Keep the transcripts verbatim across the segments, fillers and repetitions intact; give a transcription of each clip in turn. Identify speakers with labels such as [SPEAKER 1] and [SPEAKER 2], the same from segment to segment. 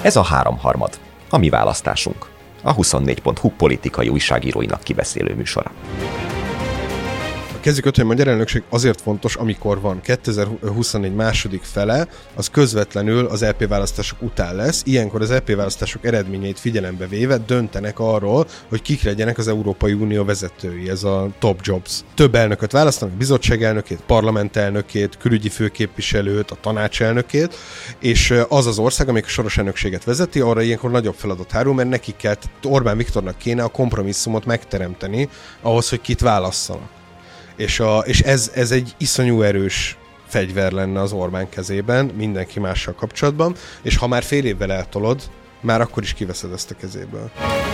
[SPEAKER 1] Ez a háromharmad, a mi választásunk, a huszonnégy pont hu politikai újságíróinak kibeszélő műsora.
[SPEAKER 2] Kezdjük ott, hogy a magyar elnökség azért fontos, amikor van kétezer-huszonnégy második fele, az közvetlenül az é pé választások után lesz. Ilyenkor az é pé választások eredményeit figyelembe véve döntenek arról, hogy kik legyenek az Európai Unió vezetői, ez a top jobs. Több elnököt választanak, bizottságelnökét, parlamentelnökét, külügyi főképviselőt, a tanácselnökét, és az az ország, amelyik a soros elnökséget vezeti, arra ilyenkor nagyobb feladat hárul, mert nekik kell, Orbán Viktornak kéne a kompromisszumot megteremteni ahhoz, hogy kit válasszanak. És, a, és ez, ez egy iszonyú erős fegyver lenne az Orbán kezében, mindenki mással kapcsolatban, és ha már fél évvel eltolod, már akkor is kiveszed ezt a kezéből.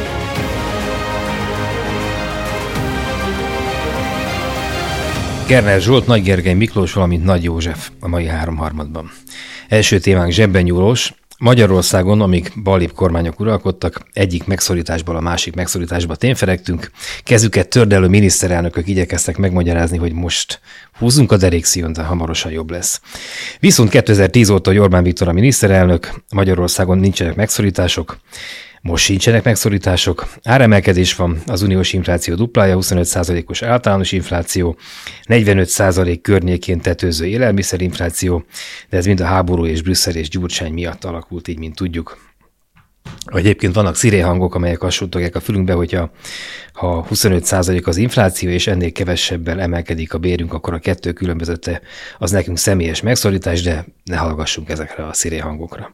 [SPEAKER 3] Kerner Zsolt, Nagy Gergely Miklós, valamint Nagy József a mai háromharmadban. Első témánk zsebben nyúlós. Magyarországon, amíg ballibb kormányok uralkodtak, egyik megszorításból a másik megszorításba tényfelegtünk, kezüket tördelő miniszterelnökök igyekeztek megmagyarázni, hogy most húzzunk a derékszíjon, de hamarosan jobb lesz. Viszont kétezer-tíz óta, hogy Orbán Viktor a miniszterelnök, Magyarországon nincsenek megszorítások, most sincsenek megszorítások, áremelkedés van, az uniós infláció duplája, huszonöt százalékos általános infláció, negyvenöt százalék környékén tetőző élelmiszerinfláció, de ez mind a háború és Brüsszel és Gyurcsány miatt alakult így, mint tudjuk. Egyébként vannak szirénhangok, amelyek azt suttogják a fülünkbe, hogyha ha huszonöt százalék az infláció, és ennél kevesebbel emelkedik a bérünk, akkor a kettő különbözete az nekünk személyes megszorítás, de ne hallgassunk ezekre a szirénhangokra.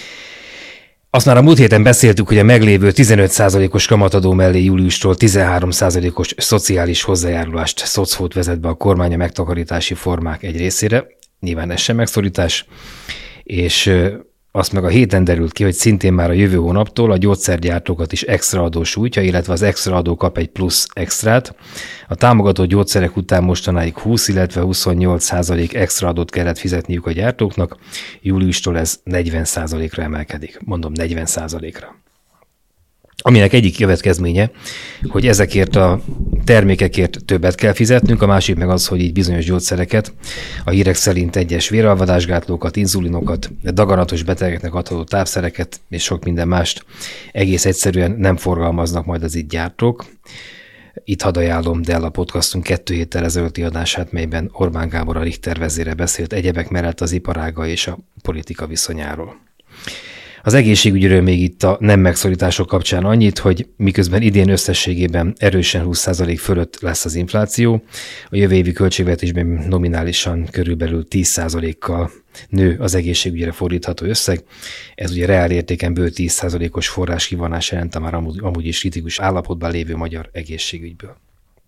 [SPEAKER 3] Azt már a múlt héten beszéltük, hogy a meglévő tizenöt százalékos kamatadó mellé júliustól tizenhárom százalékos szociális hozzájárulást, szocfót vezet be a kormány a megtakarítási formák egy részére. Nyilván ez sem megszorítás. És azt meg a héten derült ki, hogy szintén már a jövő hónaptól a gyógyszergyártókat is extra adó sújtja, illetve az extra adó kap egy plusz extrát. A támogatott gyógyszerek után mostanáig húsz, illetve huszonnyolc százalék extra adót kellett fizetniük a gyártóknak. Júliustól ez negyven százalékra emelkedik. Mondom, negyven százalékra. Aminek egyik következménye, hogy ezekért a termékekért többet kell fizetnünk, a másik meg az, hogy így bizonyos gyógyszereket, a hírek szerint egyes véralvadásgátlókat, inzulinokat, daganatos betegeknek adható tápszereket és sok minden mást egész egyszerűen nem forgalmaznak majd az itt gyártók. Itt hadd ajánlom Della podcastunk kettő héttel ezelőtti adását, melyben Orbán Gábor a Richter vezére beszélt egyebek mellett az iparága és a politika viszonyáról. Az egészségügyről még itt a nem megszorítások kapcsán annyit, hogy miközben idén összességében erősen húsz százalék fölött lesz az infláció, a jövő évi költségvetésben nominálisan körülbelül tíz százalékkal nő az egészségügyre fordítható összeg. Ez ugye reál értéken bő tíz százalékos forrás kivonás jelent a már amúgy, amúgy is kritikus állapotban lévő magyar egészségügyből.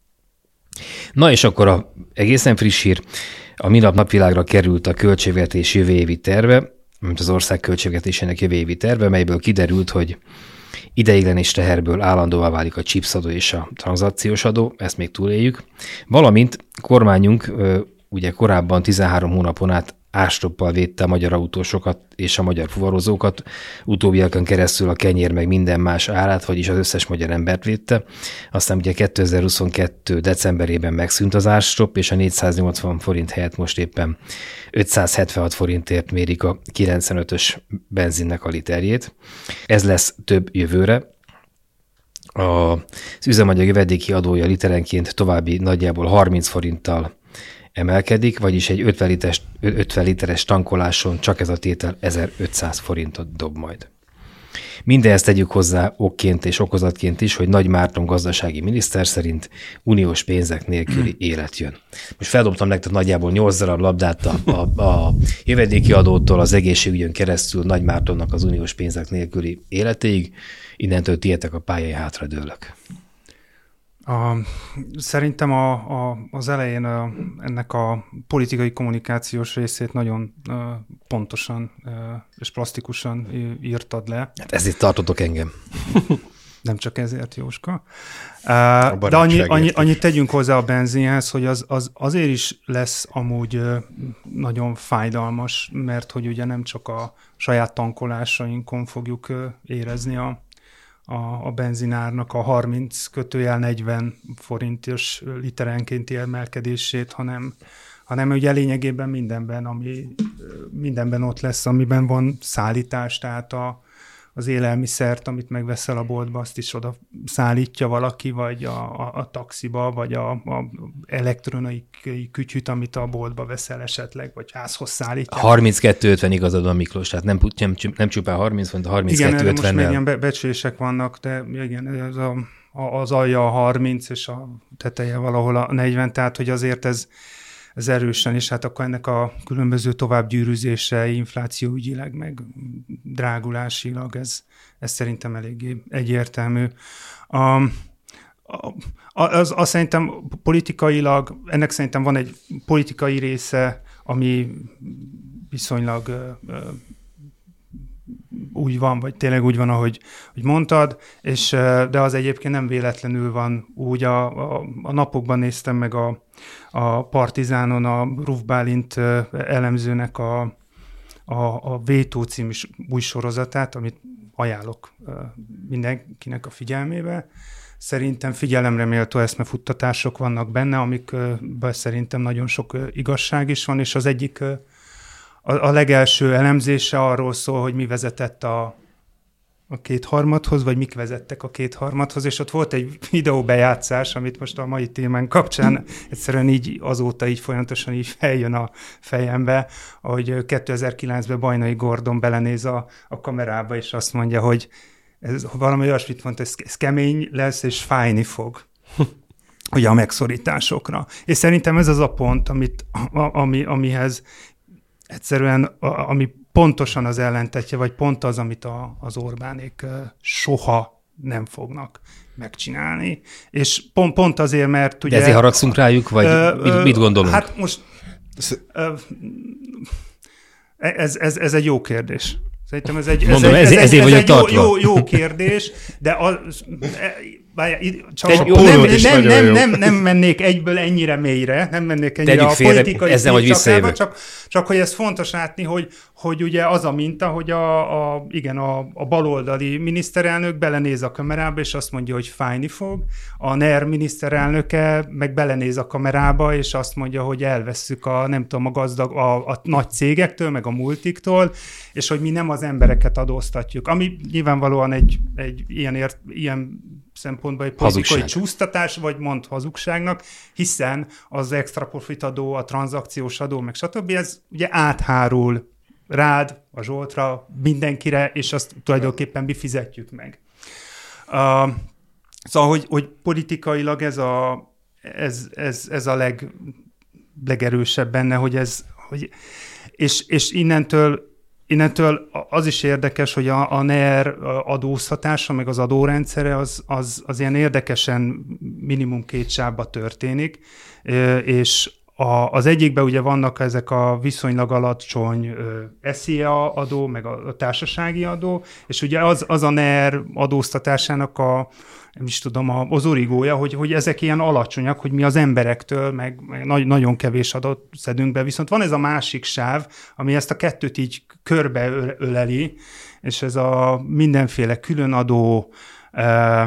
[SPEAKER 3] Na és akkor a egészen friss hír, a minap napvilágra került a költségvetés jövő évi terve, mint az ország költségvetésének jövő évi terve, melyből kiderült, hogy ideiglenes teherből állandóvá válik a chipsadó és a tranzakciós adó, ezt még túléljük, valamint kormányunk ugye korábban tizenhárom hónapon át árstoppal védte a magyar autósokat és a magyar fuvarozókat, utóbbiakon keresztül a kenyér meg minden más árát, vagyis az összes magyar embert védte. Aztán ugye kétezer-huszonkettő decemberében megszűnt az árstopp, és a négyszáznyolcvan forint helyett most éppen ötszázhetvenhat forintért mérik a kilencvenötös benzinnek a literjét. Ez lesz több jövőre. Az üzemanyag jövedéki adója literenként további nagyjából harminc forinttal emelkedik, vagyis egy ötven literes, ötven literes tankoláson csak ez a tétel ezerötszáz forintot dob majd. Mindezt tegyük hozzá okként és okozatként is, hogy Nagy Márton gazdasági miniszter szerint uniós pénzek nélküli élet jön. Most feldobtam nektek nagyjából nyolc darab labdát a, a, a jövedéki adótól az egészségügyön keresztül Nagy Mártonnak az uniós pénzek nélküli életéig. Innentől tietek a pályai hátradőlök.
[SPEAKER 4] A, szerintem a, a, az elején a, ennek a politikai kommunikációs részét nagyon a, pontosan a, és plastikusan írtad le.
[SPEAKER 3] Hát ezért tartotok engem.
[SPEAKER 4] Nem csak ezért, Jóska. De annyi, annyi, annyit tegyünk hozzá a benzinhez, hogy az, az azért is lesz amúgy nagyon fájdalmas, mert hogy ugye nem csak a saját tankolásainkon fogjuk érezni a a, a benzinárnak a harminc kötőjel negyven forintos literenkénti emelkedését, hanem, hanem ugye lényegében mindenben, ami mindenben ott lesz, amiben van szállítás, tehát a, az élelmiszert, amit megveszel a boltba, azt is oda szállítja valaki, vagy a, a, a taxiba, vagy a, a elektronikai kütyüt, amit a boltba veszel esetleg, vagy házhoz szállítják.
[SPEAKER 3] harminckettő ötven igazad van, Miklós, tehát nem, nem, nem csupán harminc, hanem harminckettő ötvennel.
[SPEAKER 4] Igen, most még ilyen be- becslések vannak, de igen, ez a, a, az alja a harminc, és a teteje valahol a negyven, tehát hogy azért ez ez erősen, és hát akkor ennek a különböző továbbgyűrűzése, inflációügyileg, meg drágulásilag, ez, ez szerintem eléggé egyértelmű. A, az, az szerintem politikailag, ennek szerintem van egy politikai része, ami viszonylag úgy van, vagy tényleg úgy van, ahogy, ahogy mondtad, és, de az egyébként nem véletlenül van úgy. A, a, a napokban néztem meg a, a Partizánon a Ruf Bálint elemzőnek a, a, a Vétó című új sorozatát, amit ajánlok mindenkinek a figyelmébe. Szerintem figyelemre méltó eszmefuttatások vannak benne, amikben szerintem nagyon sok igazság is van, és az egyik a legelső elemzése arról szól, hogy mi vezetett a, a kétharmadhoz, vagy mik vezettek a kétharmadhoz, és ott volt egy videóbejátszás, amit most a mai témán kapcsán egyszerűen így azóta így folyamatosan így feljön a fejembe, hogy kétezer-kilencben Bajnai Gordon belenéz a, a kamerába, és azt mondja, hogy ez valami olyasmit mondta, ez, ez kemény lesz, és fájni fog. Ugye a megszorításokra. És szerintem ez az a pont, amit, ami, amihez egyszerűen, ami pontosan az ellentetje, vagy pont az, amit a, az Orbánék soha nem fognak megcsinálni. És pont, pont azért, mert ugye...
[SPEAKER 3] De ezért haragszunk rájuk, vagy ö, mit, mit gondolunk?
[SPEAKER 4] Hát most... Ö, ez, ez, ez egy jó kérdés. Szerintem ez egy,
[SPEAKER 3] Mondom,
[SPEAKER 4] ez
[SPEAKER 3] ez,
[SPEAKER 4] egy,
[SPEAKER 3] ez egy
[SPEAKER 4] jó, jó, jó kérdés, de a, csak
[SPEAKER 3] Te,
[SPEAKER 4] a,
[SPEAKER 3] jó,
[SPEAKER 4] nem,
[SPEAKER 3] nem,
[SPEAKER 4] nem, nem, nem, nem mennék egyből ennyire mélyre, nem mennék ennyire
[SPEAKER 3] Tegyük
[SPEAKER 4] a
[SPEAKER 3] félre,
[SPEAKER 4] politikai
[SPEAKER 3] ezzel vagy visszajövök.
[SPEAKER 4] csak, csak hogy ez fontos látni, hogy, hogy ugye az a minta, hogy a, a, igen, a, a baloldali miniszterelnök belenéz a kamerába, és azt mondja, hogy fájni fog. A en e er miniszterelnöke meg belenéz a kamerába, és azt mondja, hogy elvesszük a, nem tudom, a gazdag, a, a nagy cégektől, meg a multiktól, és hogy mi nem az embereket adóztatjuk. Ami nyilvánvalóan egy, egy ilyen, ért, ilyen szempontból egy politikai csúsztatás, vagy mond hazugságnak, hiszen az extra profit adó, a tranzakciós adó, meg stb. Ez ugye áthárul rád, a Zsoltra, mindenkire, és azt tulajdonképpen mi fizetjük meg. Uh, szóval, hogy, hogy politikailag ez a, ez, ez, ez a leg, legerősebb benne, hogy ez, hogy, és, és innentől Innentől az is érdekes, hogy a, a en e er adóztatása, meg az adórendszere az, az, az ilyen érdekesen minimum két sávba történik, és a, az egyikben ugye vannak ezek a viszonylag alacsony es i á adó, meg a társasági adó, és ugye az, az a en e er adóztatásának a nem is tudom, az origója, hogy, hogy ezek ilyen alacsonyak, hogy mi az emberektől, meg, meg nagy, nagyon kevés adót szedünk be. Viszont van ez a másik sáv, ami ezt a kettőt így körbe öleli, és ez a mindenféle különadó, a,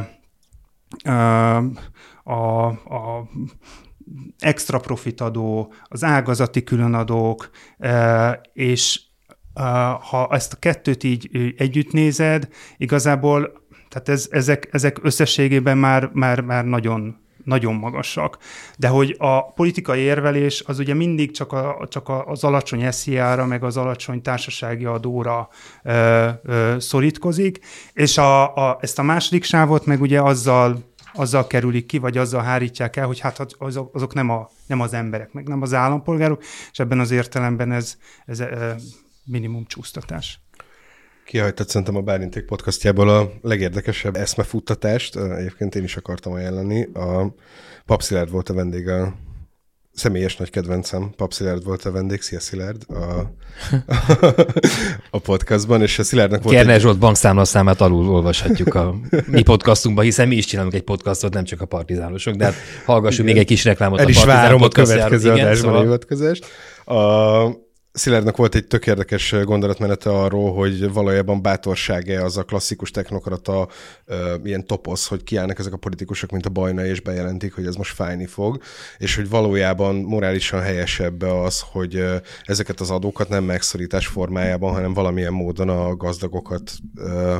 [SPEAKER 4] a, a extra profit adó, az ágazati különadók, és ha ezt a kettőt így együtt nézed, igazából tehát ez, ezek, ezek összességében már, már, már nagyon, nagyon magasak. De hogy a politikai érvelés az ugye mindig csak, a, csak az alacsony es i á-ra, meg az alacsony társasági adóra ö, ö, szorítkozik, és a, a, ezt a második sávot meg ugye azzal, azzal kerülik ki, vagy azzal hárítják el, hogy hát azok, azok nem, a, nem az emberek, meg nem az állampolgárok, és ebben az értelemben ez, ez ö, minimum csúsztatás.
[SPEAKER 2] Kihajtott szerintem a Bálinték podcastjából a legérdekesebb eszmefuttatást. Egyébként én is akartam ajánlani. A Pap Szilárd volt a vendég, a személyes nagy kedvencem. Pap Szilárd volt a vendég. Szia Szilárd! A, a podcastban, és a Szilárdnak volt...
[SPEAKER 3] Kerner Zsolt bankszámlaszámát alul olvashatjuk a mi podcastunkban, hiszen mi is csinálunk egy podcastot, nem csak a partizánosok, de hát hallgassunk igen. még egy kis reklámot
[SPEAKER 2] El
[SPEAKER 3] a
[SPEAKER 2] is
[SPEAKER 3] partizán
[SPEAKER 2] várom a következő adásban
[SPEAKER 3] szóval...
[SPEAKER 2] a hivatkozást. A Szilárdnak volt egy tök érdekes gondolatmenete arról, hogy valójában bátorság-e az a klasszikus technokrata uh, ilyen toposz, hogy kiállnak ezek a politikusok, mint a Bajnai, és bejelentik, hogy ez most fájni fog, és hogy valójában morálisan helyesebb az, hogy uh, ezeket az adókat nem megszorítás formájában, hanem valamilyen módon a gazdagokat uh,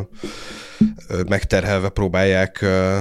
[SPEAKER 2] uh, megterhelve próbálják uh,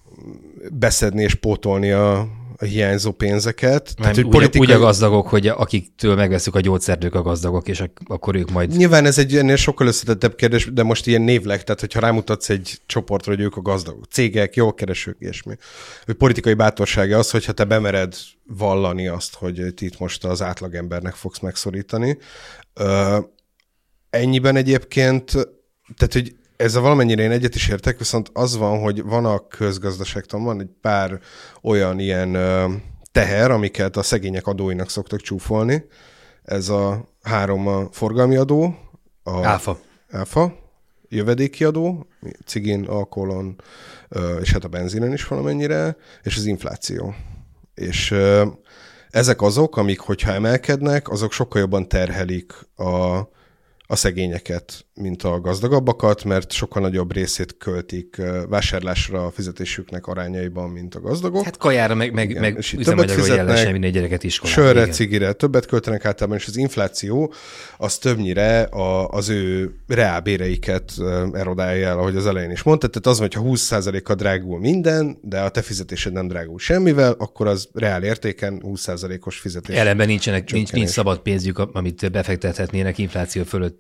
[SPEAKER 2] beszedni és pótolni a a hiányzó pénzeket.
[SPEAKER 3] Tehát, úgy, politikai... úgy a gazdagok, hogy akiktől megveszük a gyógyszert, ők a gazdagok, és ak- akkor ők majd...
[SPEAKER 2] Nyilván ez egy ennél sokkal összetettebb kérdés, de most ilyen névleg, tehát hogyha rámutatsz egy csoportra, hogy ők a gazdagok, cégek, jól keresők, ilyesmi. Hogy politikai bátorsága az, hogyha te bemered vallani azt, hogy te itt most az átlagembernek fogsz megszorítani. Uh, ennyiben egyébként, tehát hogy ezzel valamennyire én egyet is értek, viszont az van, hogy van a közgazdaságtan, van egy pár olyan ilyen uh, teher, amiket a szegények adóinak szoktak csúfolni. Ez a három a forgalmi adó, a
[SPEAKER 3] áfa,
[SPEAKER 2] áfa jövedéki adó, cigin, alkoholon, uh, és hát a benzinen is valamennyire, és az infláció. És uh, ezek azok, amik, hogyha emelkednek, azok sokkal jobban terhelik a a szegényeket, mint a gazdagabbakat, mert sokkal nagyobb részét költik vásárlásra a fizetésüknek arányaiban, mint a gazdagok.
[SPEAKER 3] Hát kajára, meg, meg, meg üzemanyagról jellesen vinni egy gyereket iskolába.
[SPEAKER 2] Sörre, igen. Cigire, többet költenek általában, és az infláció az többnyire a, az ő reálbéreiket erodálja el, ahogy az elején is mondtad. Tehát az, hogyha húsz százalékkal drágul minden, de a te fizetésed nem drágul semmivel, akkor az reál értéken húsz százalékos fizetés.
[SPEAKER 3] Ellenben nincsenek, nincs, nincs szabad pénzük, amit befektethetnének infláció fölött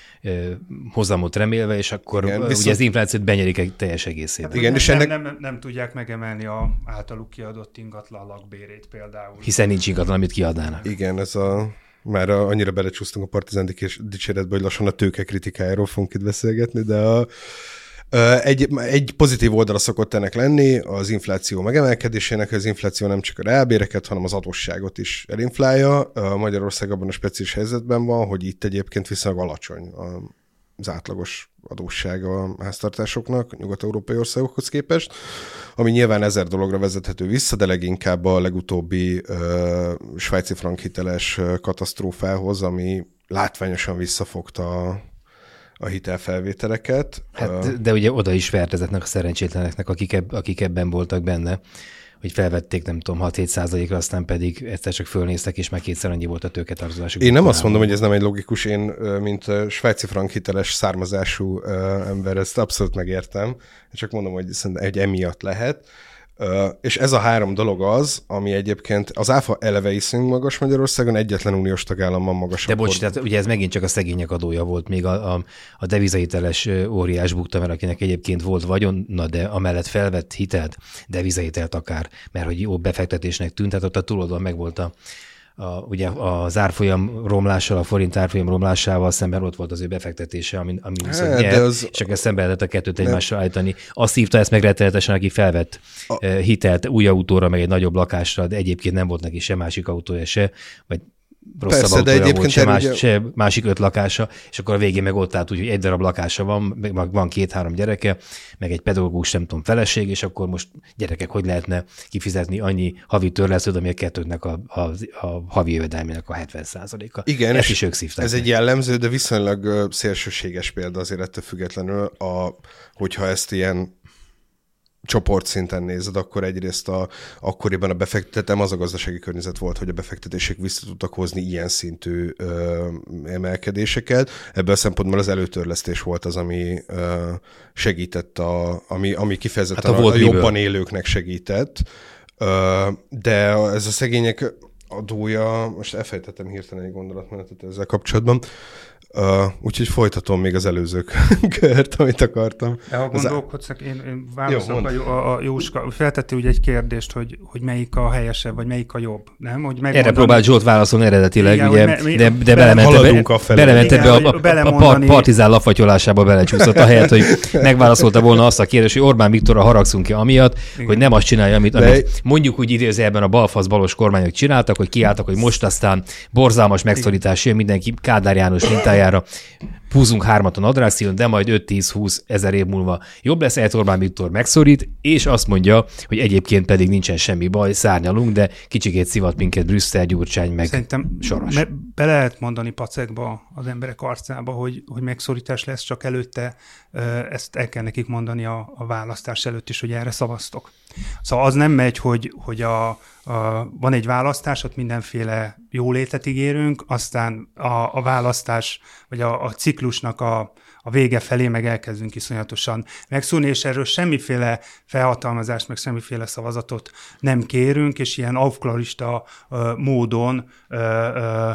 [SPEAKER 3] hozamot remélve, és akkor igen, ugye viszont... az inflációt benyerik egy teljes egészében.
[SPEAKER 4] Igen, és ennek... nem, nem, nem tudják megemelni a általuk kiadott ingatlan lakbérét például.
[SPEAKER 3] Hiszen nincs ingatlan, amit kiadnának.
[SPEAKER 2] Igen, ez a... Már annyira belecsúsztunk a Partizán dicséretbe, hogy lassan a tőke kritikájáról fogunk itt beszélgetni, de a... Egy, egy pozitív oldala szokott ennek lenni az infláció megemelkedésének, az infláció nem csak a reálbéreket, hanem az adósságot is elinflálja. Magyarország abban a speciális helyzetben van, hogy itt egyébként viszonylag alacsony az átlagos adósság a háztartásoknak, a nyugat-európai országokhoz képest, ami nyilván ezer dologra vezethető vissza, de leginkább a legutóbbi uh, svájci frank hiteles katasztrófához, ami látványosan visszafogta a a hitelfelvételeket.
[SPEAKER 3] Hát, de ugye oda is ferdezetnek a szerencsétleneknek, akik, eb, akik ebben voltak benne, hogy felvették, nem tudom, hat-hét százalékra, aztán pedig egyszer csak fölnéztek, és meg kétszer annyi volt a tőketartozásuk.
[SPEAKER 2] Én nem azt mondom, hogy ez nem egy logikus, én, mint svájci frank hiteles származású ember, ezt abszolút megértem, csak mondom, hogy egy emiatt lehet. Uh, és ez a három dolog az, ami egyébként az áfa eleve iszonyú magas Magyarországon, egyetlen uniós tagállamban magasabb.
[SPEAKER 3] De bocs, tehát ugye ez megint csak a szegények adója volt, még a, a, a devizahiteles óriás bukta, mert akinek egyébként volt vagyona, de amellett felvett hitelt, devizahitelt akár, mert hogy jó befektetésnek tűnt, tehát ott a túloldal meg volt a A, ugye az árfolyam romlással, a forint árfolyam romlásával szemben ott volt az ő befektetése, ami, ami viszont hát, nyert, az... és akkor szemben lehetett a kettőt egymással állítani. Azt hívta ezt meg rettenetesen, aki felvett a... hitelt új autóra, meg egy nagyobb lakásra, de egyébként nem volt neki se másik autója, se, vagy rosszabb Persze, autója volt, se, más, ugye... se másik öt lakása, és akkor a végén meg ott állt úgy, hogy egy darab lakása van, meg van két-három gyereke, meg egy pedagógus, nem tudom, feleség, és akkor most gyerekek, hogy lehetne kifizetni annyi havi törlesztőt, ami a kettőknek a, a, a havi jövedelmének a hetven százaléka.
[SPEAKER 2] Igen,
[SPEAKER 3] ezt is ők szívták.
[SPEAKER 2] Ez meg. Egy jellemző, de viszonylag szélsőséges példa azért ettől függetlenül, a, hogyha ezt ilyen csoportszinten nézed, akkor egyrészt a, akkoriban a befektetem az a gazdasági környezet volt, hogy a befektetések vissza tudtak hozni ilyen szintű ö, emelkedéseket. Ebből a szempontból az előtörlesztés volt az, ami ö, segített, a, ami, ami kifejezetten hát a, a, a jobban élőknek segített. Ö, de ez a szegények adója, most elfejtettem hirtelen egy gondolatmenetet ezzel kapcsolatban, Uh, úgyhogy folytatom még az előző kört, amit akartam.
[SPEAKER 4] De ha gondolkodsz, én, én válaszolok, Jó, a, a Jóska feltette ugye egy kérdést, hogy, hogy melyik a helyesebb, vagy melyik a jobb. Nem? Hogy
[SPEAKER 3] erre próbált Zsolt válaszolni eredetileg, igen, ugye, me, de, de belemente be, belemente igen, be a, a, a, a part, partizán lapfatyolásába belecsúszott, ahelyett, hogy megválaszolta volna azt a kérdést, hogy Orbán Viktorra haragszunk-e amiatt, igen. hogy nem azt csinálja, amit, de... amit mondjuk úgy idézőjelben a balfasz balos kormányok csináltak, hogy kiálltak, hogy most aztán borzalmas megszorítás jön, mindenki Kádár János mintájára húzunk hármat a nadrágszíjon, de majd öt-tíz-húsz ezer év múlva jobb lesz, ehhez Orbán Viktor megszorít, és azt mondja, hogy egyébként pedig nincsen semmi baj, szárnyalunk, de kicsikét szivat minket Brüsszel, Gyurcsány, meg
[SPEAKER 4] Szerintem
[SPEAKER 3] Soros.
[SPEAKER 4] Me- be lehet mondani pacekba az emberek arcába, hogy, hogy megszorítás lesz, csak előtte ezt el kell nekik mondani a, a választás előtt is, hogy erre szavaztok. Szóval az nem megy, hogy, hogy a, a, van egy választás, ott mindenféle jólétet ígérünk, aztán a, a választás, vagy a, a ciklusnak a, a vége felé meg elkezdünk iszonyatosan megszúrni, és erről semmiféle felhatalmazást, meg semmiféle szavazatot nem kérünk, és ilyen aufklarista uh, módon uh, uh,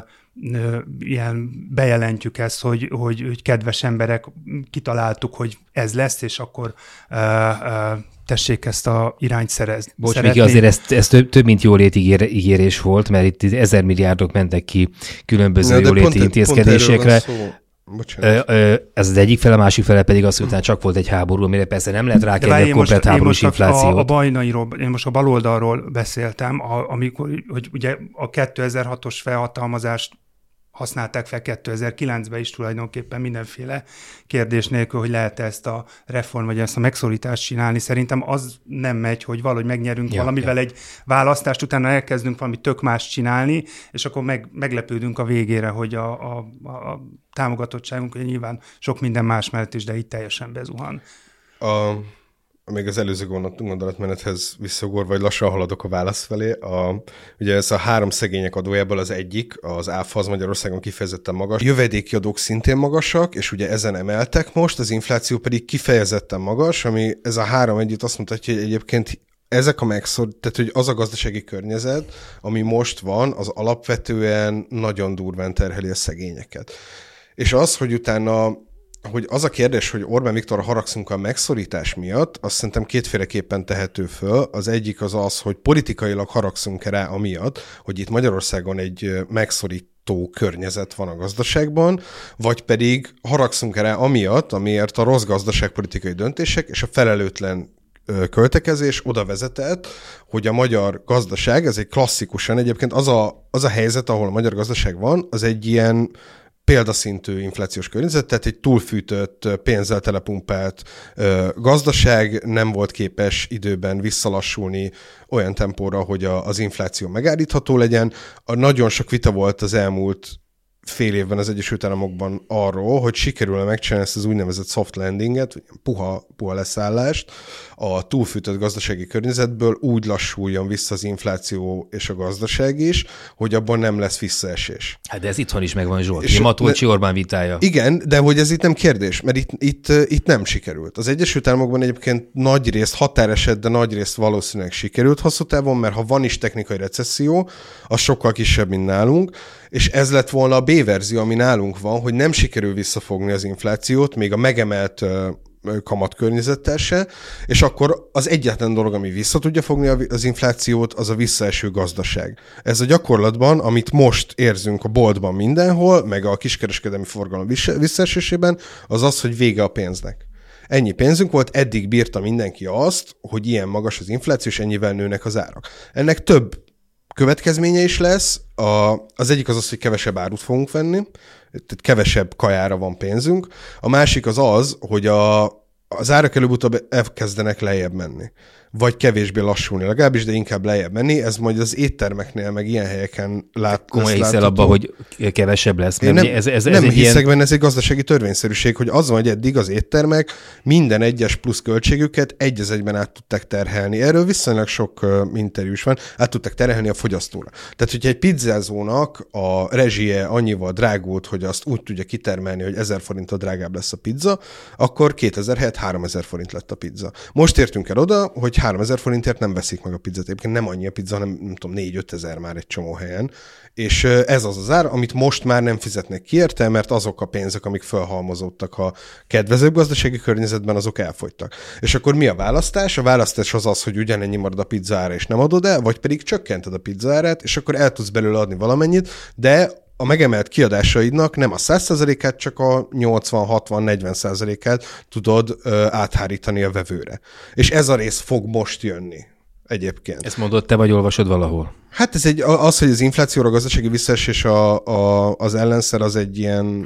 [SPEAKER 4] ilyen bejelentjük ezt, hogy, hogy, hogy kedves emberek, kitaláltuk, hogy ez lesz, és akkor uh, uh, tessék ezt a irányt szerezni.
[SPEAKER 3] Bocs, Miki, azért ez, ez több, több mint jóléti ígér, ígérés volt, mert itt ezer milliárdok mentek ki különböző Na, jóléti pont, intézkedésekre. Pont ez az egyik fele, a másik fele pedig az, hogy utána csak volt egy háború, amire persze nem lehet rákenni a komplet háborús inflációt.
[SPEAKER 4] A, a bajnairól, én most a baloldalról beszéltem, a, amikor, hogy ugye a kétezer-hatos felhatalmazást használták fel kétezer-kilencben is tulajdonképpen mindenféle kérdés nélkül, hogy lehet ezt a reform, vagy ezt a megszorítást csinálni. Szerintem az nem megy, hogy valahogy megnyerünk ja, valamivel ja. egy választást, utána elkezdünk valami tök más csinálni, és akkor meg, meglepődünk a végére, hogy a, a, a támogatottságunk, hogy nyilván sok minden más mellett is, de itt teljesen bezuhan.
[SPEAKER 2] A... még az előző gondolatmenethez visszagor, vagy lassan haladok a válasz felé. A, ugye ez a három szegények adójából az egyik, az áfa az Magyarországon kifejezetten magas. Jövedéki adók szintén magasak, és ugye ezen emeltek most, az infláció pedig kifejezetten magas, ami ez a három együtt azt mutatja, hogy egyébként ezek a megszor, tehát hogy az a gazdasági környezet, ami most van, az alapvetően nagyon durván terheli a szegényeket. És az, hogy utána hogy az a kérdés, hogy Orbán Viktorra haragszunk a megszorítás miatt, azt szerintem kétféleképpen tehető föl. Az egyik az az, hogy politikailag haragszunk rá amiatt, hogy itt Magyarországon egy megszorító környezet van a gazdaságban, vagy pedig haragszunk rá amiatt, amiért a rossz gazdaságpolitikai döntések és a felelőtlen költekezés oda vezetett, hogy a magyar gazdaság, ez egy klasszikusan egyébként az a, az a helyzet, ahol a magyar gazdaság van, az egy ilyen példaszintű inflációs környezet, tehát egy túlfűtött, pénzzel telepumpált ö, gazdaság nem volt képes időben visszalassulni olyan tempóra, hogy a, az infláció megállítható legyen. A nagyon sok vita volt az elmúlt fél évben az Egyesült Államokban arról, hogy sikerül megcsinálni ezt az úgynevezett soft landinget, vagy puha, puha leszállást a túlfűtött gazdasági környezetből, úgy lassuljon vissza az infláció és a gazdaság is, hogy abban nem lesz visszaesés.
[SPEAKER 3] Hát de ez itthon is megvan, Zsolt. Matolcsi Orbán vitája.
[SPEAKER 2] Igen, de hogy ez itt nem kérdés, mert itt, itt, itt nem sikerült. Az Egyesült Államokban egyébként nagy részt, határeset, de nagy részt valószínűleg sikerült hosszú távon, mert ha van is technikai recesszió, az sokkal kisebb, mint nálunk, és ez lett volna a B-verzió, ami nálunk van, hogy nem sikerül visszafogni az inflációt, még a megemelt kamatkörnyezettel se, és akkor az egyetlen dolog, ami vissza tudja fogni az inflációt, az a visszaeső gazdaság. Ez a gyakorlatban, amit most érzünk a boltban mindenhol, meg a kiskereskedelmi forgalom visszaesésében, az az, hogy vége a pénznek. Ennyi pénzünk volt, eddig bírta mindenki azt, hogy ilyen magas az infláció, és ennyivel nőnek az árak. Ennek több következménye is lesz. A, az egyik az az, hogy kevesebb árut fogunk venni, tehát kevesebb kajára van pénzünk. A másik az az, hogy a, az árak előbb-utóbb elkezdenek lejjebb menni. Vagy kevésbé lassulni legalábbis, de inkább lejjebb menni. Ez majd az éttermeknél, meg ilyen helyeken lát,
[SPEAKER 3] komolyan hiszel abban, hogy kevesebb lesz.
[SPEAKER 2] Én nem,
[SPEAKER 3] ez, ez, ez
[SPEAKER 2] nem hiszek
[SPEAKER 3] ilyen...
[SPEAKER 2] benne, ez egy gazdasági törvényszerűség, hogy az van, hogy eddig az éttermek minden egyes plusz költségüket egy az egyben át tudták terhelni. Erről viszonylag sok uh, interjú is van, át tudták terhelni a fogyasztóra. Tehát, hogyha egy pizzázónak a rezsie annyival drágult, hogy azt úgy tudja kitermelni, hogy ezer forinttal drágább lesz a pizza, akkor kétezer helyett háromezer forint lett a pizza. Most értünk el oda, hogy háromezer forintért nem veszik meg a pizzát. Egyébként nem annyi a pizza, hanem nem tudom, négy-ötezer már egy csomó helyen. És ez az az ár, amit most már nem fizetnek ki érte, mert azok a pénzek, amik felhalmozódtak a kedvezőbb gazdasági környezetben, azok elfogytak. És akkor mi a választás? A választás az az, hogy ugyanennyi marad a pizza ára, és nem adod el, vagy pedig csökkented a pizza árát, és akkor el tudsz belőle adni valamennyit, de a megemelt kiadásaidnak nem a száz százalékát, csak a nyolcvan-hatvan-negyven százalékát tudod ö, áthárítani a vevőre. És ez a rész fog most jönni egyébként.
[SPEAKER 3] Ezt mondod te, vagy olvasod valahol?
[SPEAKER 2] Hát ez egy, az, hogy az inflációra, a gazdasági visszaesés a, a, az ellenszer, az egy ilyen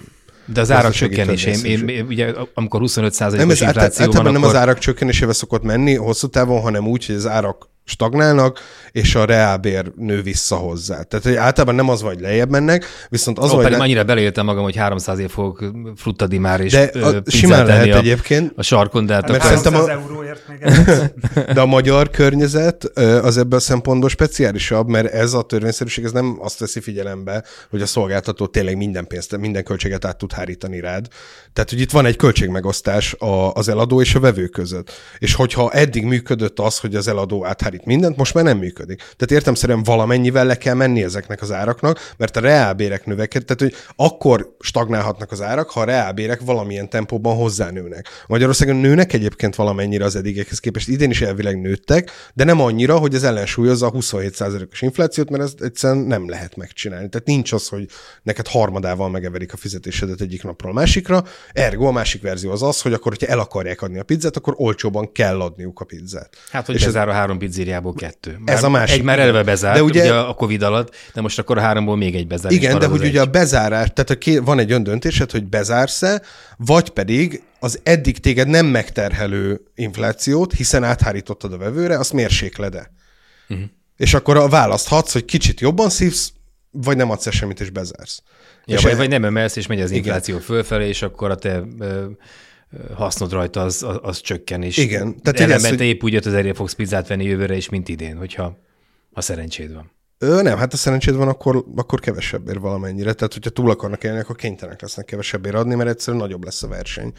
[SPEAKER 3] De az árak csökkenésén, én, én, ugye amikor huszonöt százalékos infláció van,
[SPEAKER 2] akkor...
[SPEAKER 3] nem
[SPEAKER 2] az árak csökkenésével szokott menni hosszú távon, hanem úgy, hogy az árak stagnálnak, és a reálbér nő vissza hozzá. Tehát hogy általában nem az, hogy lejjebb mennek, viszont az,
[SPEAKER 3] Ó,
[SPEAKER 2] hogy...
[SPEAKER 3] pedig le... annyira beleéltem magam, hogy háromszáz év fogok fruttadi már, és
[SPEAKER 2] de a, simán lehet a, egyébként.
[SPEAKER 3] A sarkon, de hát
[SPEAKER 2] mert
[SPEAKER 4] szerintem a... euróért meg
[SPEAKER 2] de a magyar környezet az ebből a szempontból speciálisabb, mert ez a törvényszerűség ez nem azt veszi figyelembe, hogy a szolgáltató tényleg minden pénzt, minden költséget át tud hárítani rád. Tehát, hogy itt van egy költségmegosztás az eladó és a vevő között. És hogyha eddig működött az, hogy az eladó áthárít mindent, most már nem működik. Tehát értelemszerűen valamennyivel le kell menni ezeknek az áraknak, mert a reálbérek növekednek, tehát hogy akkor stagnálhatnak az árak, ha a reálbérek valamilyen tempóban hozzánőnek. Magyarországon nőnek egyébként valamennyire az eddigiekhez képest, idén is elvileg nőttek, de nem annyira, hogy ez ellensúlyozza a huszonhét százalékos inflációt, mert ezt egyszerűen nem lehet megcsinálni. Tehát nincs az, hogy neked harmadával megeverik a fizetésedet egyik napról a másikra. Ergo a másik verzió az az, hogy akkor, hogyha el akarják adni a pizzát, akkor olcsóban kell adniuk a pizzát.
[SPEAKER 3] Hát, hogy bezár a három pizzériából kettő. Már
[SPEAKER 2] ez a másik.
[SPEAKER 3] Egy már eleve bezárt, de ugye,
[SPEAKER 2] ugye
[SPEAKER 3] a Covid alatt, de most akkor a háromból még egy bezár.
[SPEAKER 2] Igen, de hogy egy. Ugye a bezárás, tehát a ké, van egy öndöntésed, hogy bezársz-e, vagy pedig az eddig téged nem megterhelő inflációt, hiszen áthárítottad a vevőre, azt mérsékled-e. Uh-huh. És akkor választhatsz, hogy kicsit jobban szívsz, vagy nem adsz semmit, és bezársz.
[SPEAKER 3] Ja,
[SPEAKER 2] és
[SPEAKER 3] vagy,
[SPEAKER 2] e...
[SPEAKER 3] vagy nem emelsz, és megy az infláció igen. fölfelé, és akkor a te ö, hasznod rajta az, az, az csökken, és
[SPEAKER 2] igen.
[SPEAKER 3] Tehát ellenben hogy... te épp úgy ötezerért fogsz pizzát venni jövőre is, mint idén, hogyha ha szerencséd van.
[SPEAKER 2] Ö, nem, hát a szerencséd van, akkor, akkor kevesebbért valamennyire. Tehát, hogyha túl akarnak élni, akkor kénytelenek lesznek kevesebbért adni, mert egyszerűen nagyobb lesz a verseny.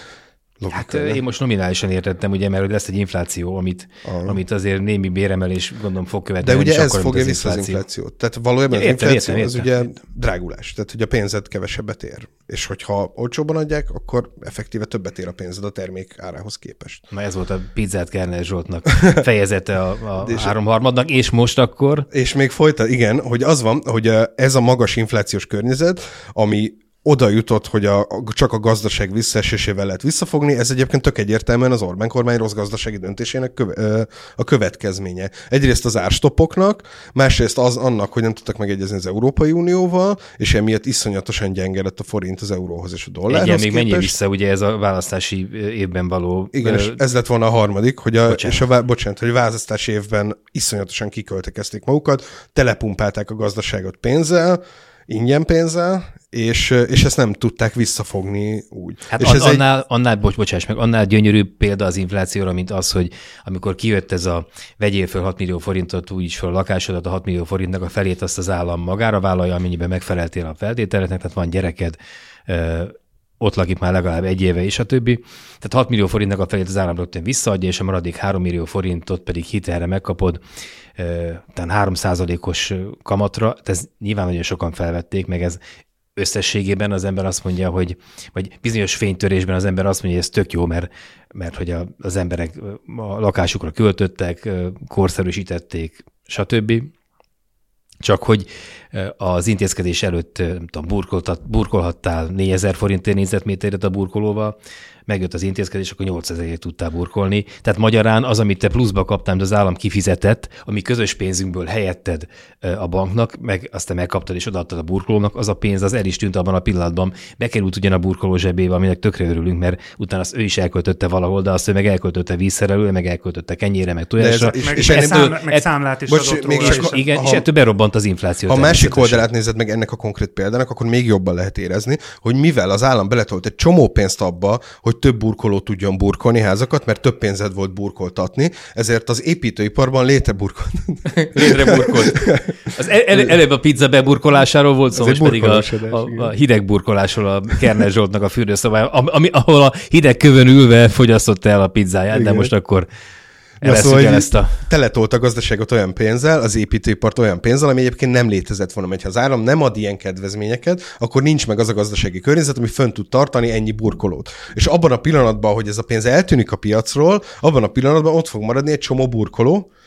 [SPEAKER 3] Logikai. Hát én most nominálisan értettem, ugye, mert lesz egy infláció, amit, amit azért némi béremelés gondolom fog követni.
[SPEAKER 2] De ugye ez fogja vissza az inflációt. Tehát valójában
[SPEAKER 3] értem,
[SPEAKER 2] az infláció
[SPEAKER 3] értem,
[SPEAKER 2] az
[SPEAKER 3] értem.
[SPEAKER 2] ugye drágulás. Tehát, hogy a pénzed kevesebbet ér. És hogyha olcsóban adják, akkor effektíve többet ér a pénzed a termék árához képest.
[SPEAKER 3] Na ez volt a Pizzát Kerner Zsoltnak fejezete a, a háromharmadnak, és most akkor?
[SPEAKER 2] És még folytat, igen, hogy az van, hogy ez a magas inflációs környezet, ami oda jutott, hogy a, csak a gazdaság visszaesésével lehet visszafogni, ez egyébként tök egyértelműen az Orbán kormány rossz gazdasági döntésének köve, a következménye. Egyrészt az árstoppoknak, másrészt az annak, hogy nem tudtak megegyezni az Európai Unióval, és emiatt iszonyatosan gyenge lett a forint az euróhoz és a dollárhoz.
[SPEAKER 3] Igen, még menjél vissza, ugye ez a választási évben való...
[SPEAKER 2] Igen, ö... és ez lett volna a harmadik, hogy a, bocsánat. És a, bocsánat, hogy a választási évben iszonyatosan kiköltekezték magukat, telepumpálták a gazdaságot pénzzel, ingyen pénzzel, és, és ezt nem tudták visszafogni úgy.
[SPEAKER 3] Hát
[SPEAKER 2] és
[SPEAKER 3] an,
[SPEAKER 2] ez
[SPEAKER 3] annál,
[SPEAKER 2] egy...
[SPEAKER 3] annál, bocs, bocsáss meg, annál gyönyörűbb példa az inflációra, mint az, hogy amikor kijött ez a vegyél föl hat millió forintot, úgyis föl a lakásodat, a hat millió forintnak a felét azt az állam magára vállalja, amennyiben megfeleltél a feltételeknek, tehát van gyereked, ott lakik már legalább egy éve, és a többi. Tehát hat millió forintnak a felét az állam rögtön visszaadja, és a maradék három millió forintot pedig hitelre megkapod, tehát három százalékos kamatra. Ez nyilván nagyon sokan felvették, meg ez összességében az ember azt mondja, hogy, vagy bizonyos fénytörésben az ember azt mondja, hogy ez tök jó, mert, mert hogy a, az emberek a lakásukra költöttek, korszerűsítették, stb. Csak hogy az intézkedés előtt nem tudom, burkolhattál négyezer forintért négyzetméteret a burkolóval, megjött az intézkedés, akkor nyolcezerért tudtál burkolni. Tehát magyarán az, amit te pluszba kaptál, de az állam kifizetett, ami közös pénzünkből helyetted a banknak, meg azt te megkaptad és odaadtad a burkolónak, az a pénz az el is tűnt abban a pillanatban. Bekerült ugyan a burkoló zsebébe, aminek tökre örülünk, mert utána azt ő is elköltötte valahol, de azt ő meg elköltötte vízszerelőre, meg elköltötte kenyére, meg tojásra.
[SPEAKER 4] És, és, és meg, szám, ettől, meg számlát is bocs, adott róla. És,
[SPEAKER 3] és, igen, és ettől berobbant az infláció.
[SPEAKER 2] Ha a másik oldalát nézed meg ennek a konkrét példának, akkor még jobban lehet érezni, hogy mivel az állam beletolt egy csomó pénzt abba, hogy több burkoló tudjon burkolni házakat, mert több pénzed volt burkoltatni, ezért az építőiparban létre burkolt.
[SPEAKER 3] Létre burkolt. Az el, el, előbb a pizza beburkolásáról volt szó, most pedig a, a, a hideg burkolásról a Kerner Zsoltnak a fürdőszobája, ami, ahol a hideg kövön ülve fogyasztott el a pizzáját, igen. De most akkor
[SPEAKER 2] Szóval el ezt a... teletolt a gazdaságot olyan pénzzel, az építőipart olyan pénzzel, ami egyébként nem létezett volna, mert ha az állam nem ad ilyen kedvezményeket, akkor nincs meg az a gazdasági környezet, ami fönn tud tartani ennyi burkolót. És abban a pillanatban, hogy ez a pénz eltűnik a piacról, abban a pillanatban ott fog maradni egy csomó burkoló,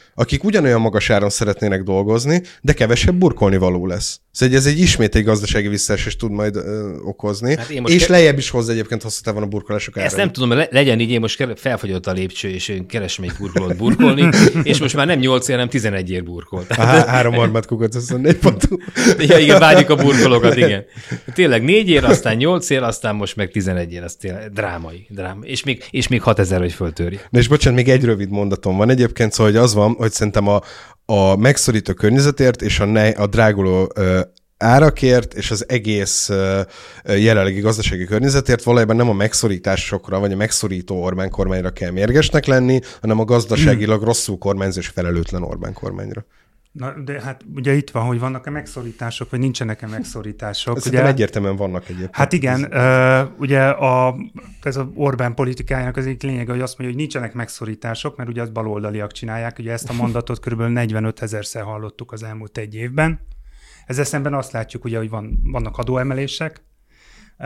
[SPEAKER 2] akik ugyanolyan magas áron szeretnének dolgozni, de kevesebb burkolni való lesz. Szóval ez egy ismét egy gazdasági visszaesést tud majd ö, okozni, hát és ke- lejjebb is hoz egyébként hosszú távon a burkolások ára.
[SPEAKER 3] Ezt nem tudom, le- legyen így, én most felfagyott a lépcső, és én keresem egy burkolót burkolni, és most már nem nyolc ér, hanem tizenegy ér burkolt.
[SPEAKER 2] A há- három harmad kukac, huszonnégy pontú.
[SPEAKER 3] Ja, igen, várjuk a burkolókat, igen. Tényleg négy ér, aztán nyolc ér, aztán most meg tizenegy ér, az tényleg drámai, drámai. És még, és még hatezer, hogy föltörje.
[SPEAKER 2] Na és bocsánat, még egy rövid mondatom van egyébként, szóval hogy az van, hogy szerintem a, a megszorító környezetért és a, ne, a dráguló ö, árakért és az egész ö, jelenlegi gazdasági környezetért valójában nem a megszorításokra vagy a megszorító Orbán kormányra kell mérgesnek lenni, hanem a gazdaságilag rosszul kormányzó és felelőtlen Orbán kormányra.
[SPEAKER 4] Na, de hát ugye itt van, hogy vannak-e megszorítások, vagy nincsenek-e megszorítások.
[SPEAKER 2] Szerintem ugye, egyértelműen vannak egyébként.
[SPEAKER 4] Hát igen, uh, ugye a, ez az Orbán politikájának az egyik lényege, hogy azt mondja, hogy nincsenek megszorítások, mert ugye azt baloldaliak csinálják, ugye ezt a mondatot körülbelül negyvenöt ezerszer hallottuk az elmúlt egy évben. Ezzel szemben azt látjuk, ugye, hogy van, vannak adóemelések, uh,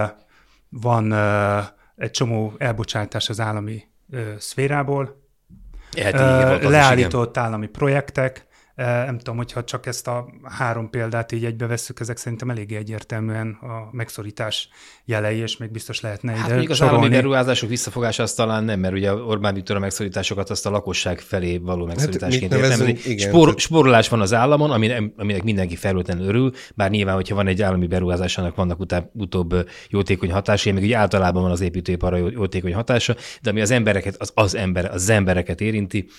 [SPEAKER 4] van uh, egy csomó elbocsátás az állami uh, szférából, uh, leállított állami projektek. Nem tudom, hogyha csak ezt a három példát így egybevesszük, ezek szerintem eléggé egyértelműen a megszorítás jelei, és még biztos lehetne ide
[SPEAKER 3] hát sorolni. Az állami beruházások visszafogása az talán nem, mert ugye Orbán Viktor a megszorításokat azt a lakosság felé való megszorításként hát, értelmezi. Spor, spórolás van az államon, aminek mindenki felülten örül, bár nyilván, hogyha van egy állami beruházás, annak vannak utá, utóbb jótékony hatásai, még ugye általában van az építőiparra jótékony hatása, de ami az embereket, az, az, ember, az embereket érinti,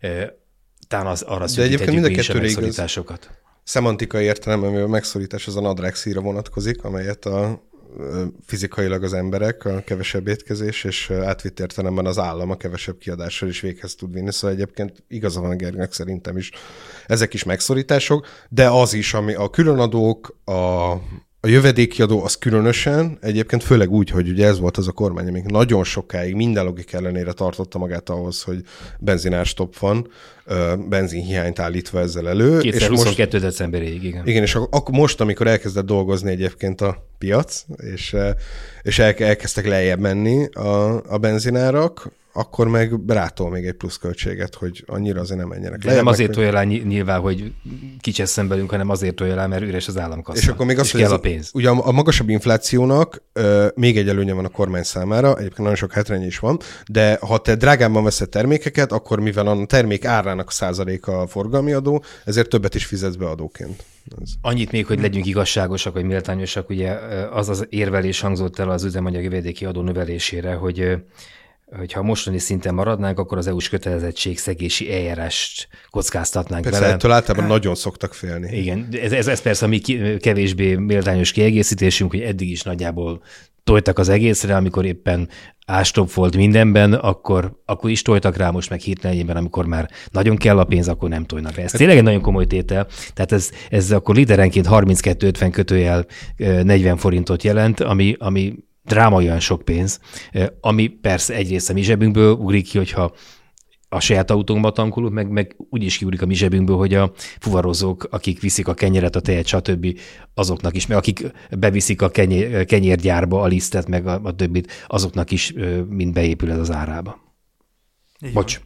[SPEAKER 3] talán az, arra szűkíthetjük mi is a megszorításokat.
[SPEAKER 2] Szemantikai értelemben, mivel a megszorítás az a nadrágszíjra vonatkozik, amelyet a fizikailag az emberek, a kevesebb étkezés, és átvitt értelemben az állam a kevesebb kiadással is véghez tud vinni. Szóval egyébként igaza van a Gergőnek szerintem is. Ezek is megszorítások, de az is, ami a különadók, a A jövedéki adó az különösen, egyébként főleg úgy, hogy ugye ez volt az a kormány, amik nagyon sokáig minden logika ellenére tartotta magát ahhoz, hogy benzinárstopp van, benzinhiányt állítva ezzel elő.
[SPEAKER 3] kétezer-huszonkettő decemberéig, igen.
[SPEAKER 2] Igen, és akkor most, amikor elkezdett dolgozni egyébként a piac, és, és el, elkezdtek lejjebb menni a, a benzinárak, akkor meg rátol még egy pluszköltséget, hogy annyira azért nem menjenek
[SPEAKER 3] le. Nem azért tolja rá nyilván, hogy kicsesszen belünk, hanem azért tolja rá, mert üres az államkassa.
[SPEAKER 2] És akkor még azt, hogy ez, a pénz. Ugye a magasabb inflációnak uh, még egy előnye van a kormány számára, egyébként nagyon sok hátránya is van, de ha te drágában veszed termékeket, akkor mivel a termék árának a százaléka a forgalmi adó, ezért többet is fizetsz be adóként. Ez.
[SPEAKER 3] Annyit még, hogy legyünk igazságosak, vagy méltányosak, ugye az az érvelés hangzott el az üzemanyag jövedéki adó növelésére, hogy hogyha mostani szinten maradnánk, akkor az é u-s kötelezettségszegési eljárást kockáztatnánk
[SPEAKER 2] persze,
[SPEAKER 3] vele.
[SPEAKER 2] Ettől általában hát, nagyon szoktak félni.
[SPEAKER 3] Igen, ez, ez, ez persze a mi kevésbé méltányos kiegészítésünk, hogy eddig is nagyjából tojtak az egészre, amikor éppen ástop volt mindenben, akkor, akkor is tojtak rá, most meg hirtelenében, amikor már nagyon kell a pénz, akkor nem tojnak rá. Ez tényleg egy nagyon komoly tétel, tehát ez, ez akkor literenként harminckettő ötven kötőjel negyven forintot jelent, ami, ami drámaian sok pénz, ami persze egyrészt a mi zsebünkből ugrik ki, hogyha a saját autónkba tankolunk, meg, meg úgy is kiugrik a mi zsebünkből, hogy a fuvarozók, akik viszik a kenyeret, a tejet, stb. Azoknak is, meg akik beviszik a kenyér, kenyérgyárba a lisztet, meg a, a többit, azoknak is mind beépül ez az árába. Igen. Bocs.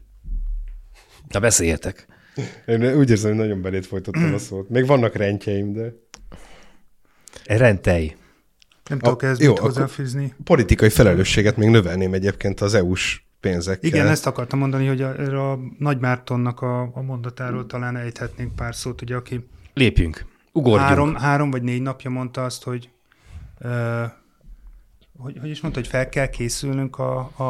[SPEAKER 3] Na beszéljetek.
[SPEAKER 2] Én úgy érzem, hogy nagyon belét folytattam a szót. Még vannak rendjeim, de...
[SPEAKER 3] Rendtej.
[SPEAKER 4] Nem tudok ezt mit hozzáfűzni.
[SPEAKER 2] Politikai felelősséget még növelném egyébként az é u-s pénzekkel.
[SPEAKER 4] Igen, ezt akartam mondani, hogy a, a Nagy Mártonnak a, a mondatáról talán ejthetnénk pár szót, ugye, aki
[SPEAKER 3] lépjünk, ugorjunk.
[SPEAKER 4] Három, három vagy négy napja mondta azt, hogy, uh, hogy hogy is mondta, hogy fel kell készülnünk a, a,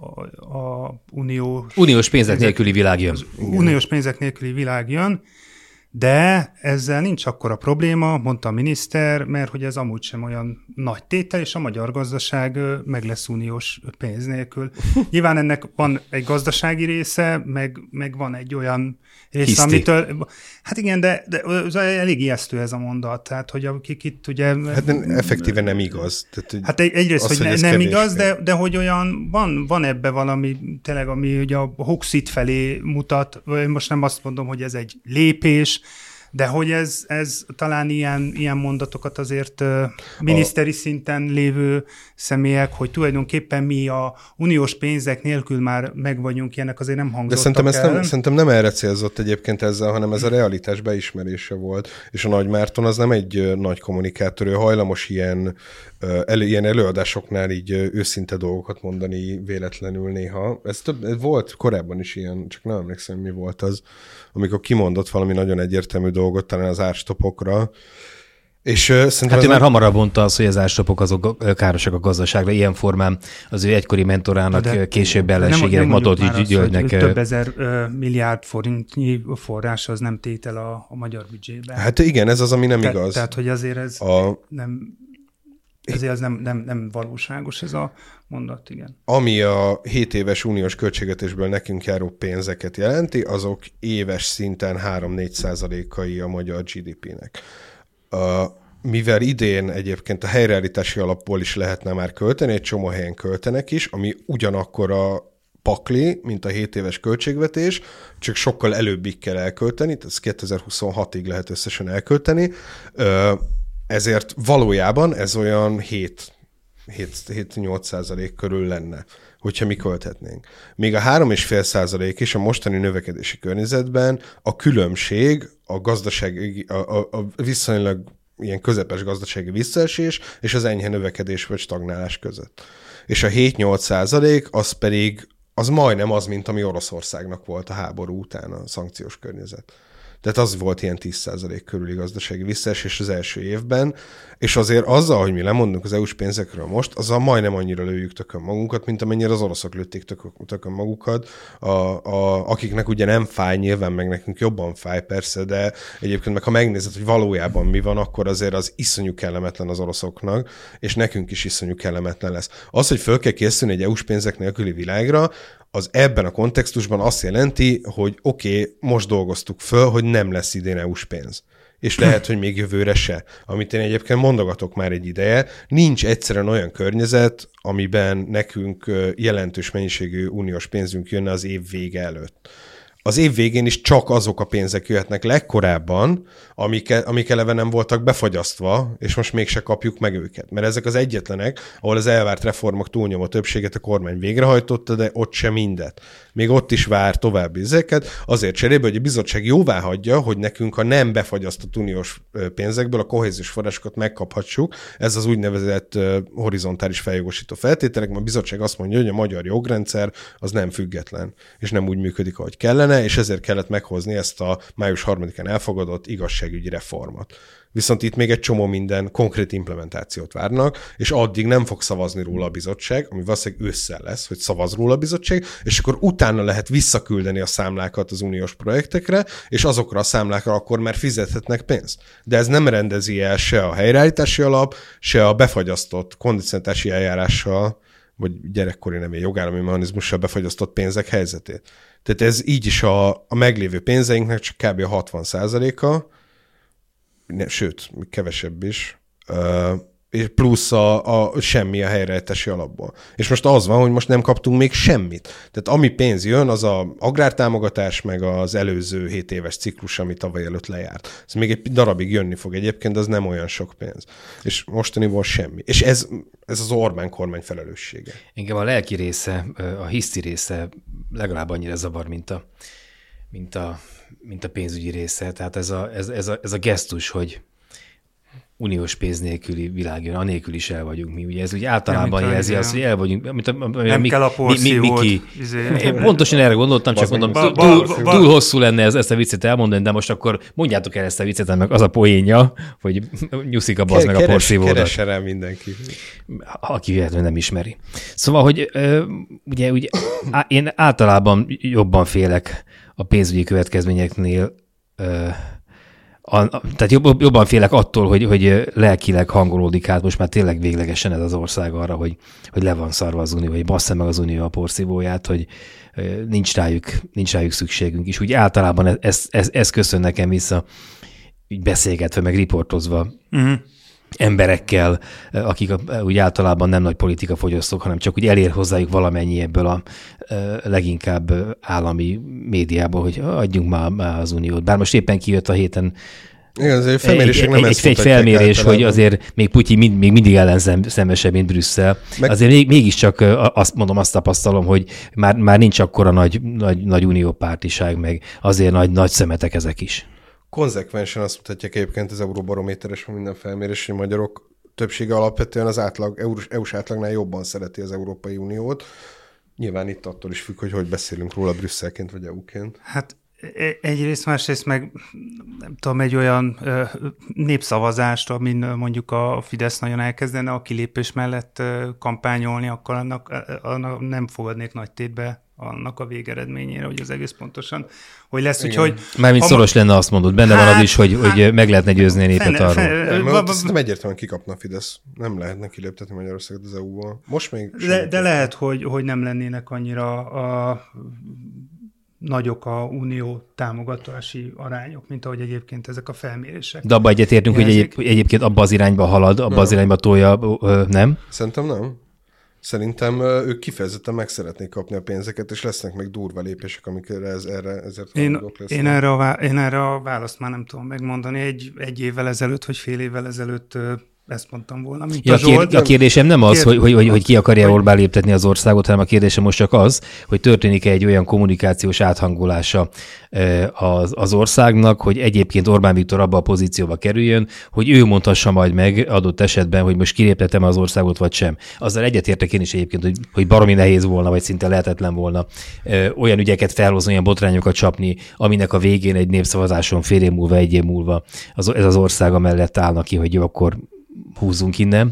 [SPEAKER 4] a uniós...
[SPEAKER 3] Uniós pénzek pénzek, nélküli világ jön.
[SPEAKER 4] Uniós pénzek nélküli világ jön, de ezzel nincs akkora probléma, mondta a miniszter, mert hogy ez amúgy sem olyan nagy tétel, és a magyar gazdaság meg lesz uniós pénz nélkül. Nyilván ennek van egy gazdasági része, meg, meg van egy olyan része, Hiszti. amitől... Hát igen, de, de elég ijesztő ez a mondat, tehát hogy akik itt ugye...
[SPEAKER 2] Hát nem, effektíven nem igaz. Tehát,
[SPEAKER 4] hát egy, egyrészt, az, hogy, hogy ne, nem igaz, de, de hogy olyan van, van ebbe valami, tényleg, ami ugye a Hoxit felé mutat, most nem azt mondom, hogy ez egy lépés, De hogy ez, ez talán ilyen, ilyen mondatokat azért uh, miniszteri a... szinten lévő személyek, hogy tulajdonképpen mi a uniós pénzek nélkül már meg vagyunk, ilyenek azért nem hangzottak.
[SPEAKER 2] De szerintem, el. Nem, szerintem nem erre célzott egyébként ezzel, hanem ez a realitás beismerése volt. És a Nagy Márton az nem egy nagy kommunikátor, ő hajlamos ilyen, elő, ilyen előadásoknál így őszinte dolgokat mondani véletlenül néha. Ez, több, ez volt korábban is ilyen, csak nem emlékszem, mi volt az, amikor kimondott valami nagyon egyértelmű dolgot, talán az árstopokra. És, uh,
[SPEAKER 3] hát ő már hamarabb mondta az, hogy az árstopok azok károsak a gazdaságra. Ilyen formán az ő egykori mentorának, de később ellenségének Matolcsi Györgynek.
[SPEAKER 4] Több ezer uh, milliárd forintnyi forrás az nem tétel a, a magyar büdzsébe.
[SPEAKER 2] Hát igen, ez az, ami nem Te, igaz.
[SPEAKER 4] Tehát, hogy azért ez a... nem... Ezért az nem, nem, nem valóságos ez a mondat, igen.
[SPEAKER 2] Ami a hét éves uniós költségvetésből nekünk járó pénzeket jelenti, azok éves szinten három-négy százalékai a magyar gé dé pének. Uh, mivel idén egyébként a helyreállítási alapból is lehetne már költeni, egy csomó helyen költenek is, ami ugyanakkor a pakli, mint a hét éves költségvetés, csak sokkal előbbig kell elkölteni, tehát kétezer-huszonhatig lehet összesen elkölteni, uh, ezért valójában ez olyan hét-nyolc százalék körül lenne, hogyha mi költhetnénk. Még a három egész öt százalék is a mostani növekedési környezetben a különbség a gazdasági, a, a, a viszonylag ilyen közepes gazdasági visszaesés és az enyhe növekedés vagy stagnálás között. És a hét-nyolc százalék az pedig az majdnem az, mint ami Oroszországnak volt a háború után a szankciós környezet. Tehát az volt ilyen tíz százalék körüli gazdasági visszaesés az első évben, és azért azzal, hogy mi lemondunk az é u-s pénzekről most, azzal majdnem annyira lőjük tökön magunkat, mint amennyire az oroszok lőtték tökön magukat, a, a, akiknek ugye nem fáj, nyilván meg nekünk jobban fáj persze, de egyébként meg ha megnézed, hogy valójában mi van, akkor azért az iszonyú kellemetlen az oroszoknak, és nekünk is iszonyú kellemetlen lesz. Az, hogy föl kell készülni egy é u-s pénzek nélküli világra, az ebben a kontextusban azt jelenti, hogy oké, okay, most dolgoztuk föl, hogy nem lesz idén é u-s pénz. És lehet, hogy még jövőre se. Amit én egyébként mondogatok már egy ideje, nincs egyszerűen olyan környezet, amiben nekünk jelentős mennyiségű uniós pénzünk jönne az év vége előtt. Az év végén is csak azok a pénzek jöhetnek legkorábban, amik, amik eleve nem voltak befagyasztva, és most mégse kapjuk meg őket. Mert ezek az egyetlenek, ahol az elvárt reformok túlnyomó többséget a kormány végrehajtotta, de ott sem mindet. Még ott is vár további ezeket, azért cserébe, hogy a bizottság jóvá hagyja, hogy nekünk a nem befagyasztott uniós pénzekből a kohéziós forrásokat megkaphassuk. Ez az úgynevezett horizontális feljogosító feltételek, mert a bizottság azt mondja, hogy a magyar jogrendszer az nem független, és nem úgy működik, ahogy kellene, és ezért kellett meghozni ezt a május harmadikán elfogadott igazságügyi reformot. Viszont itt még egy csomó minden konkrét implementációt várnak, és addig nem fog szavazni róla a bizottság, ami valószínűleg ősszel lesz, hogy szavaz róla a bizottság, és akkor utána lehet visszaküldeni a számlákat az uniós projektekre, és azokra a számlákra akkor már fizethetnek pénzt. De ez nem rendezi el se a helyreállítási alap, se a befagyasztott kondicionálási eljárással, vagy gyerekkori nem egy jogállami mechanizmussal befagyasztott pénzek helyzetét. Tehát ez így is a, a meglévő pénzeinknek csak kb. A hatvan százaléka, ne, sőt, kevesebb is, uh, és plusz a, a semmi a helyreállítási alapból. És most az van, hogy most nem kaptunk még semmit. Tehát ami pénz jön, az az agrártámogatás, meg az előző hét éves ciklus, ami tavaly előtt lejárt. Ez még egy darabig jönni fog egyébként, de az nem olyan sok pénz. És mostaniból semmi. És ez, ez az Orbán kormány felelőssége.
[SPEAKER 3] Engem a lelki része, a hiszti része legalább annyira zavar, mint a, mint a, mint a pénzügyi része. Tehát ez a, ez, ez a, ez a gesztus, hogy uniós pénz nélküli világ jön, anélkül is el vagyunk mi. Ugye ez úgy általában nem, jelzi azt, hogy el vagyunk. Mint a,
[SPEAKER 4] nem mi, kell a porszívót. Mi,
[SPEAKER 3] izé. Pontosan erre gondoltam, csak mondom, ba, ba, túl, ba, ba. túl hosszú lenne ez, ezt a viccet elmondani, de most akkor mondjátok el ezt a viccet, meg az a poénja, hogy nyuszik a bazd meg a porszívódat.
[SPEAKER 2] Keresse rá mindenki.
[SPEAKER 3] Aki véletlenül nem ismeri. Szóval, hogy ugye, ugye én általában jobban félek a pénzügyi következményeknél, A, tehát jobb, jobban félek attól, hogy, hogy lelkileg hangolódik át most már tényleg véglegesen ez az ország arra, hogy, hogy le van szarva az unió, hogy bassza meg az unió a porszívóját, hogy nincs rájuk, nincs rájuk szükségünk is. Úgy általában ez, ez, ez köszön nekem vissza, úgy beszélgetve, meg riportozva. Uh-huh. emberekkel, akik úgy általában nem nagy politika fogyasztók, hanem csak úgy elér hozzájuk valamennyi ebből a leginkább állami médiából, hogy adjunk már, már az uniót. Bár most éppen kijött a héten
[SPEAKER 2] igen, egy, felmérések nem
[SPEAKER 3] egy, egy felmérés, általában. Hogy azért még Putyin mind, még mindig ellenzemesebb, mint Brüsszel. Meg... Azért még, mégiscsak azt mondom, azt tapasztalom, hogy már, már nincs akkora nagy, nagy, nagy uniópártiság, meg azért nagy, nagy szemetek ezek is.
[SPEAKER 2] Konzekvensen azt mutatják egyébként az Euróbarométeres, minden felmérés, hogy magyarok többsége alapvetően az átlag, é u-s átlagnál jobban szereti az Európai Uniót. Nyilván itt attól is függ, hogy hogy beszélünk róla Brüsszelként vagy é u-ként.
[SPEAKER 4] Hát egyrészt, másrészt meg nem tudom, egy olyan ö, népszavazást, amin mondjuk a Fidesz nagyon elkezdene a kilépés mellett ö, kampányolni, akkor annak, annak nem fogadnék nagy tétbe annak a végeredményére, hogy az egész pontosan, hogy lesz, úgyhogy...
[SPEAKER 3] Mármint szoros ma... lenne, azt mondod, benne hát, van az is, hogy, hát, hogy meg lehetne győzni a népet fene, arról. Fene,
[SPEAKER 2] nem, ba, ba, nem egyértelműen kikapna a Fidesz. Nem lehetne kiléptetni Magyarországot az é u-ból. Most még...
[SPEAKER 4] De, de lehet, hogy, hogy nem lennének annyira a, nagyok a unió támogatási arányok, mint ahogy egyébként ezek a felmérések.
[SPEAKER 3] De abba egyetértünk, hogy egyéb, egyébként abba az irányba halad, abba nem. az irányba tolja, nem?
[SPEAKER 2] Szerintem nem. Szerintem ők kifejezetten meg szeretnék kapni a pénzeket, és lesznek még durva lépések, amikre ez, erre, ezért
[SPEAKER 4] én, én, erre a, én erre a választ már nem tudom megmondani. Egy, egy évvel ezelőtt, vagy fél évvel ezelőtt ezt mondtam volna. Mint
[SPEAKER 3] ja, a, Zsolt, a kérdésem nem az, kérd... hogy, hogy, hogy ki akarja hogy... Orbán léptetni az országot, hanem a kérdésem most csak az, hogy történik-e egy olyan kommunikációs áthangolása az, az országnak, hogy egyébként Orbán Viktor abba a pozícióba kerüljön, hogy ő mondhassa majd meg adott esetben, hogy most kiléptetem az országot, vagy sem. Azzal egyetértek én is egyébként, hogy, hogy baromi nehéz volna, vagy szinte lehetetlen volna olyan ügyeket felhozni, olyan botrányokat csapni, aminek a végén egy népszavazáson fél év múlva, egy év múlva az, ez az ország amellett állnak ki, hogy jó, akkor húzzunk innen.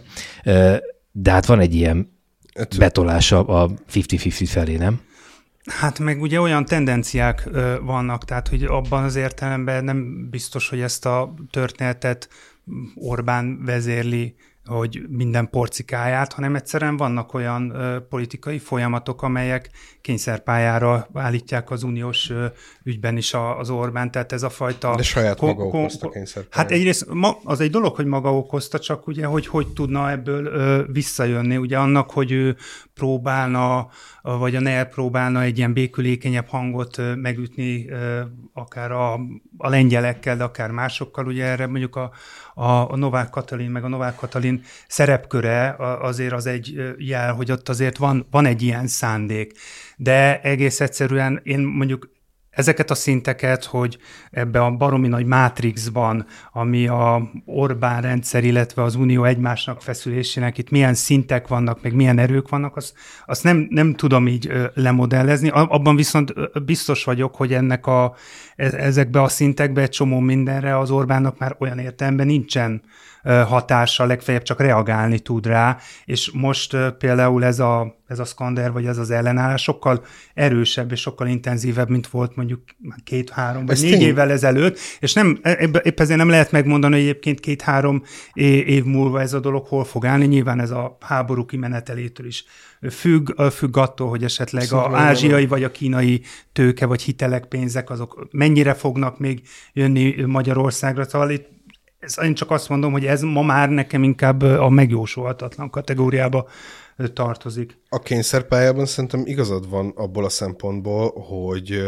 [SPEAKER 3] De hát van egy ilyen betolása a fifty-fifty felé, nem?
[SPEAKER 4] Hát meg ugye olyan tendenciák vannak, tehát hogy abban az értelemben nem biztos, hogy ezt a történetet Orbán vezérli, hogy minden porcikáját, hanem egyszerűen vannak olyan ö, politikai folyamatok, amelyek kényszerpályára állítják az uniós ö, ügyben is a, az Orbán, tehát ez a fajta...
[SPEAKER 2] De saját maga ko- okozta kényszerpályára.
[SPEAKER 4] Hát egyrészt ma, az egy dolog, hogy maga okozta, csak ugye, hogy hogy tudna ebből ö, visszajönni, ugye annak, hogy ő próbálna, vagy a NER próbálna egy ilyen békülékenyebb hangot ö, megütni, ö, akár a, a lengyelekkel, de akár másokkal, ugye erre mondjuk a, a, a Novák Katalin, meg a Novák Katalin szerepköre azért az egy jel, hogy ott azért van, van egy ilyen szándék. De egész egyszerűen én mondjuk ezeket a szinteket, hogy ebbe a baromi nagy mátrixban, ami a Orbán rendszer, illetve az Unió egymásnak feszülésének, itt milyen szintek vannak, meg milyen erők vannak, azt, azt nem, nem tudom így lemodellezni. Abban viszont biztos vagyok, hogy ennek a, ezekbe a szintekbe egy csomó mindenre az Orbánnak már olyan értelemben nincsen hatása, legfeljebb csak reagálni tud rá, és most például ez a, ez a szkander, vagy ez az ellenállás sokkal erősebb és sokkal intenzívebb, mint volt mondjuk két-három vagy négy évvel ezelőtt, és nem, épp ezért nem lehet megmondani, hogy egyébként két-három év múlva ez a dolog hol fog állni, nyilván ez a háború kimenetelétől is függ, függ attól, hogy esetleg szóval az ázsiai vagy a kínai tőke vagy hitelek, pénzek, azok mennyire fognak még jönni Magyarországra, szóval itt ez, én csak azt mondom, hogy ez ma már nekem inkább a megjósolhatatlan kategóriába tartozik.
[SPEAKER 2] A kényszerpályában szerintem igazad van abból a szempontból, hogy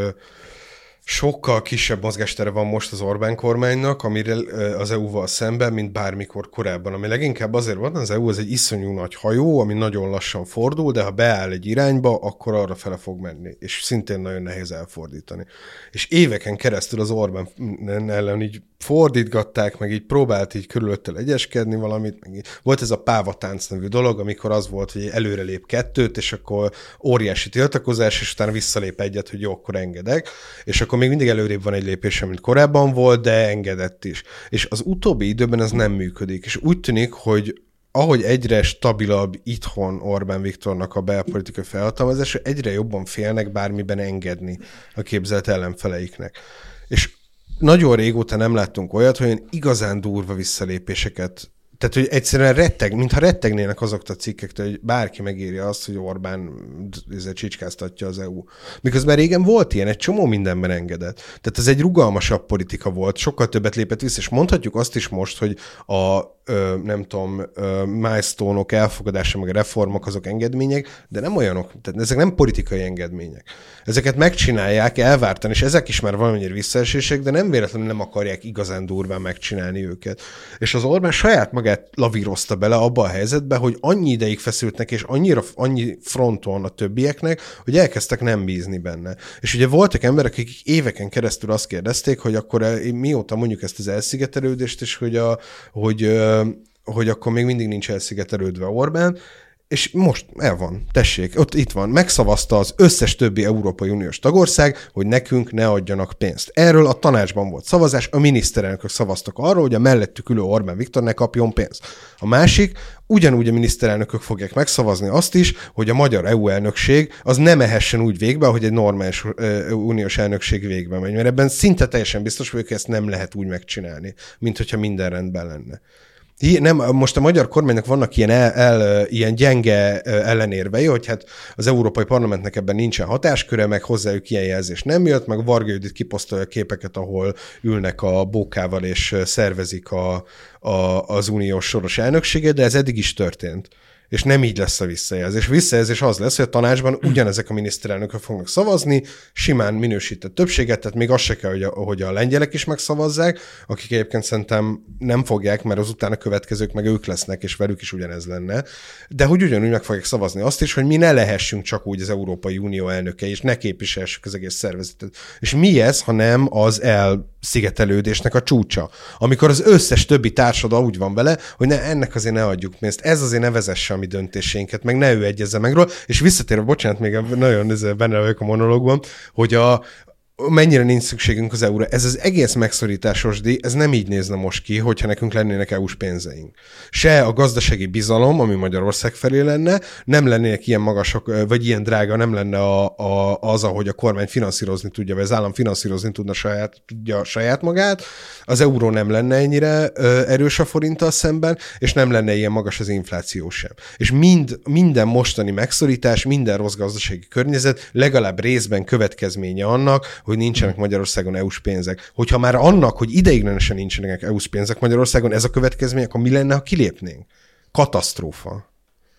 [SPEAKER 2] sokkal kisebb mozgástere van most az Orbán kormánynak, amire az é u-val szemben, mint bármikor korábban. Ami leginkább azért van, az é u az egy iszonyú nagy hajó, ami nagyon lassan fordul, de ha beáll egy irányba, akkor arra fele fog menni. És szintén nagyon nehéz elfordítani. És éveken keresztül az Orbán ellen így fordítgatták, meg így próbált így körülöttel egyeskedni valamit. Meg így. Volt ez a pávatánc nevű dolog, amikor az volt, hogy előrelép kettőt, és akkor óriási tiltakozás, és utána visszalép egyet, hogy jó, akkor engedek. És akkor még mindig előrébb van egy lépése, mint korábban volt, de engedett is. És az utóbbi időben ez nem működik. És úgy tűnik, hogy ahogy egyre stabilabb itthon Orbán Viktornak a belpolitikai felhatalmazása, egyre jobban félnek bármiben engedni a képzelt ellenfeleiknek. És nagyon régóta nem láttunk olyat, hogy olyan igazán durva visszalépéseket, tehát, hogy egyszerűen retteg, mintha rettegnének azoktól a cikkektől, hogy bárki megírja azt, hogy Orbán csicskáztatja az é u. Miközben régen volt ilyen, egy csomó mindenben engedett. Tehát ez egy rugalmasabb politika volt, sokkal többet lépett vissza, és mondhatjuk azt is most, hogy a nem tudom, milestone-ok elfogadása, meg a reformok, azok engedmények, de nem olyanok, tehát ezek nem politikai engedmények. Ezeket megcsinálják elvártan, és ezek is már valamennyire visszaesések, de nem véletlenül nem akarják igazán durván megcsinálni őket. És az Orbán saját magát lavírozta bele abba a helyzetbe, hogy annyi ideig feszültnek, és annyira, annyi fronton a többieknek, hogy elkezdtek nem bízni benne. És ugye voltak emberek, akik éveken keresztül azt kérdezték, hogy akkor mióta mondjuk ezt az elszigetelődést, és hogy, a, hogy, hogy akkor még mindig nincs elszigetelődve Orbán, és most el van, tessék, ott itt van, megszavazta az összes többi Európai Uniós tagország, hogy nekünk ne adjanak pénzt. Erről a tanácsban volt szavazás, a miniszterelnökök szavaztak arról, hogy a mellettük ülő Orbán Viktor ne kapjon pénzt. A másik, ugyanúgy a miniszterelnökök fogják megszavazni azt is, hogy a magyar é u elnökség az ne mehessen úgy végbe, hogy egy normális uh, uniós elnökség végbe megy, mert ebben szinte teljesen biztos vagyok, hogy ezt nem lehet úgy megcsinálni, mint hogyha minden rendben lenne. Nem, most a magyar kormánynak vannak ilyen, el, el, ilyen gyenge ellenérvei, hogy hát az Európai Parlamentnek ebben nincsen hatásköre, meg hozzájuk ilyen jelzés nem jött, meg Varga Judit kiposztolja képeket, ahol ülnek a bókával és szervezik a, a, az uniós soros elnökséget, de ez eddig is történt. És nem így lesz a visszajelzés. A visszajelzés az lesz, hogy a tanácsban ugyanezek a miniszterelnökök fognak szavazni, simán minősített többséget, tehát még az se kell, hogy a, hogy a lengyelek is megszavazzák, akik egyébként szerintem nem fogják, mert azután a következők meg ők lesznek, és velük is ugyanez lenne. De hogy ugyanúgy meg fogják szavazni azt is, hogy mi ne lehessünk csak úgy az Európai Unió elnöke, és ne képviselhessük az egész szervezetet. És mi ez, ha nem az elszigetelődésnek a csúcsa? Amikor az összes többi társadalom úgy van vele, hogy ne, ennek azért ne adjuk pénzt, ez azért ne vezesse a mi döntéseinket, meg ne ő egyezze meg róla, és visszatérve, bocsánat, még nagyon benne vagyok a monológban, hogy a, mennyire nincs szükségünk az é u-ra. Ez az egész megszorításos díj, ez nem így nézne most ki, hogyha nekünk lennének é u-s pénzeink. Se a gazdasági bizalom, ami Magyarország felé lenne, nem lennének ilyen magasok, vagy ilyen drága, nem lenne a, a, az, ahogy a kormány finanszírozni tudja, vagy az állam finanszírozni tudna saját, tudja saját magát. Az euró nem lenne ennyire erős a forinttal szemben, és nem lenne ilyen magas az infláció sem. És mind, minden mostani megszorítás, minden rossz gazdasági környezet legalább részben következménye annak, hogy nincsenek Magyarországon é u-s pénzek. Hogyha már annak, hogy ideiglenesen nincsenek é u-s pénzek Magyarországon, ez a következmény, akkor mi lenne, ha kilépnénk? Katasztrófa.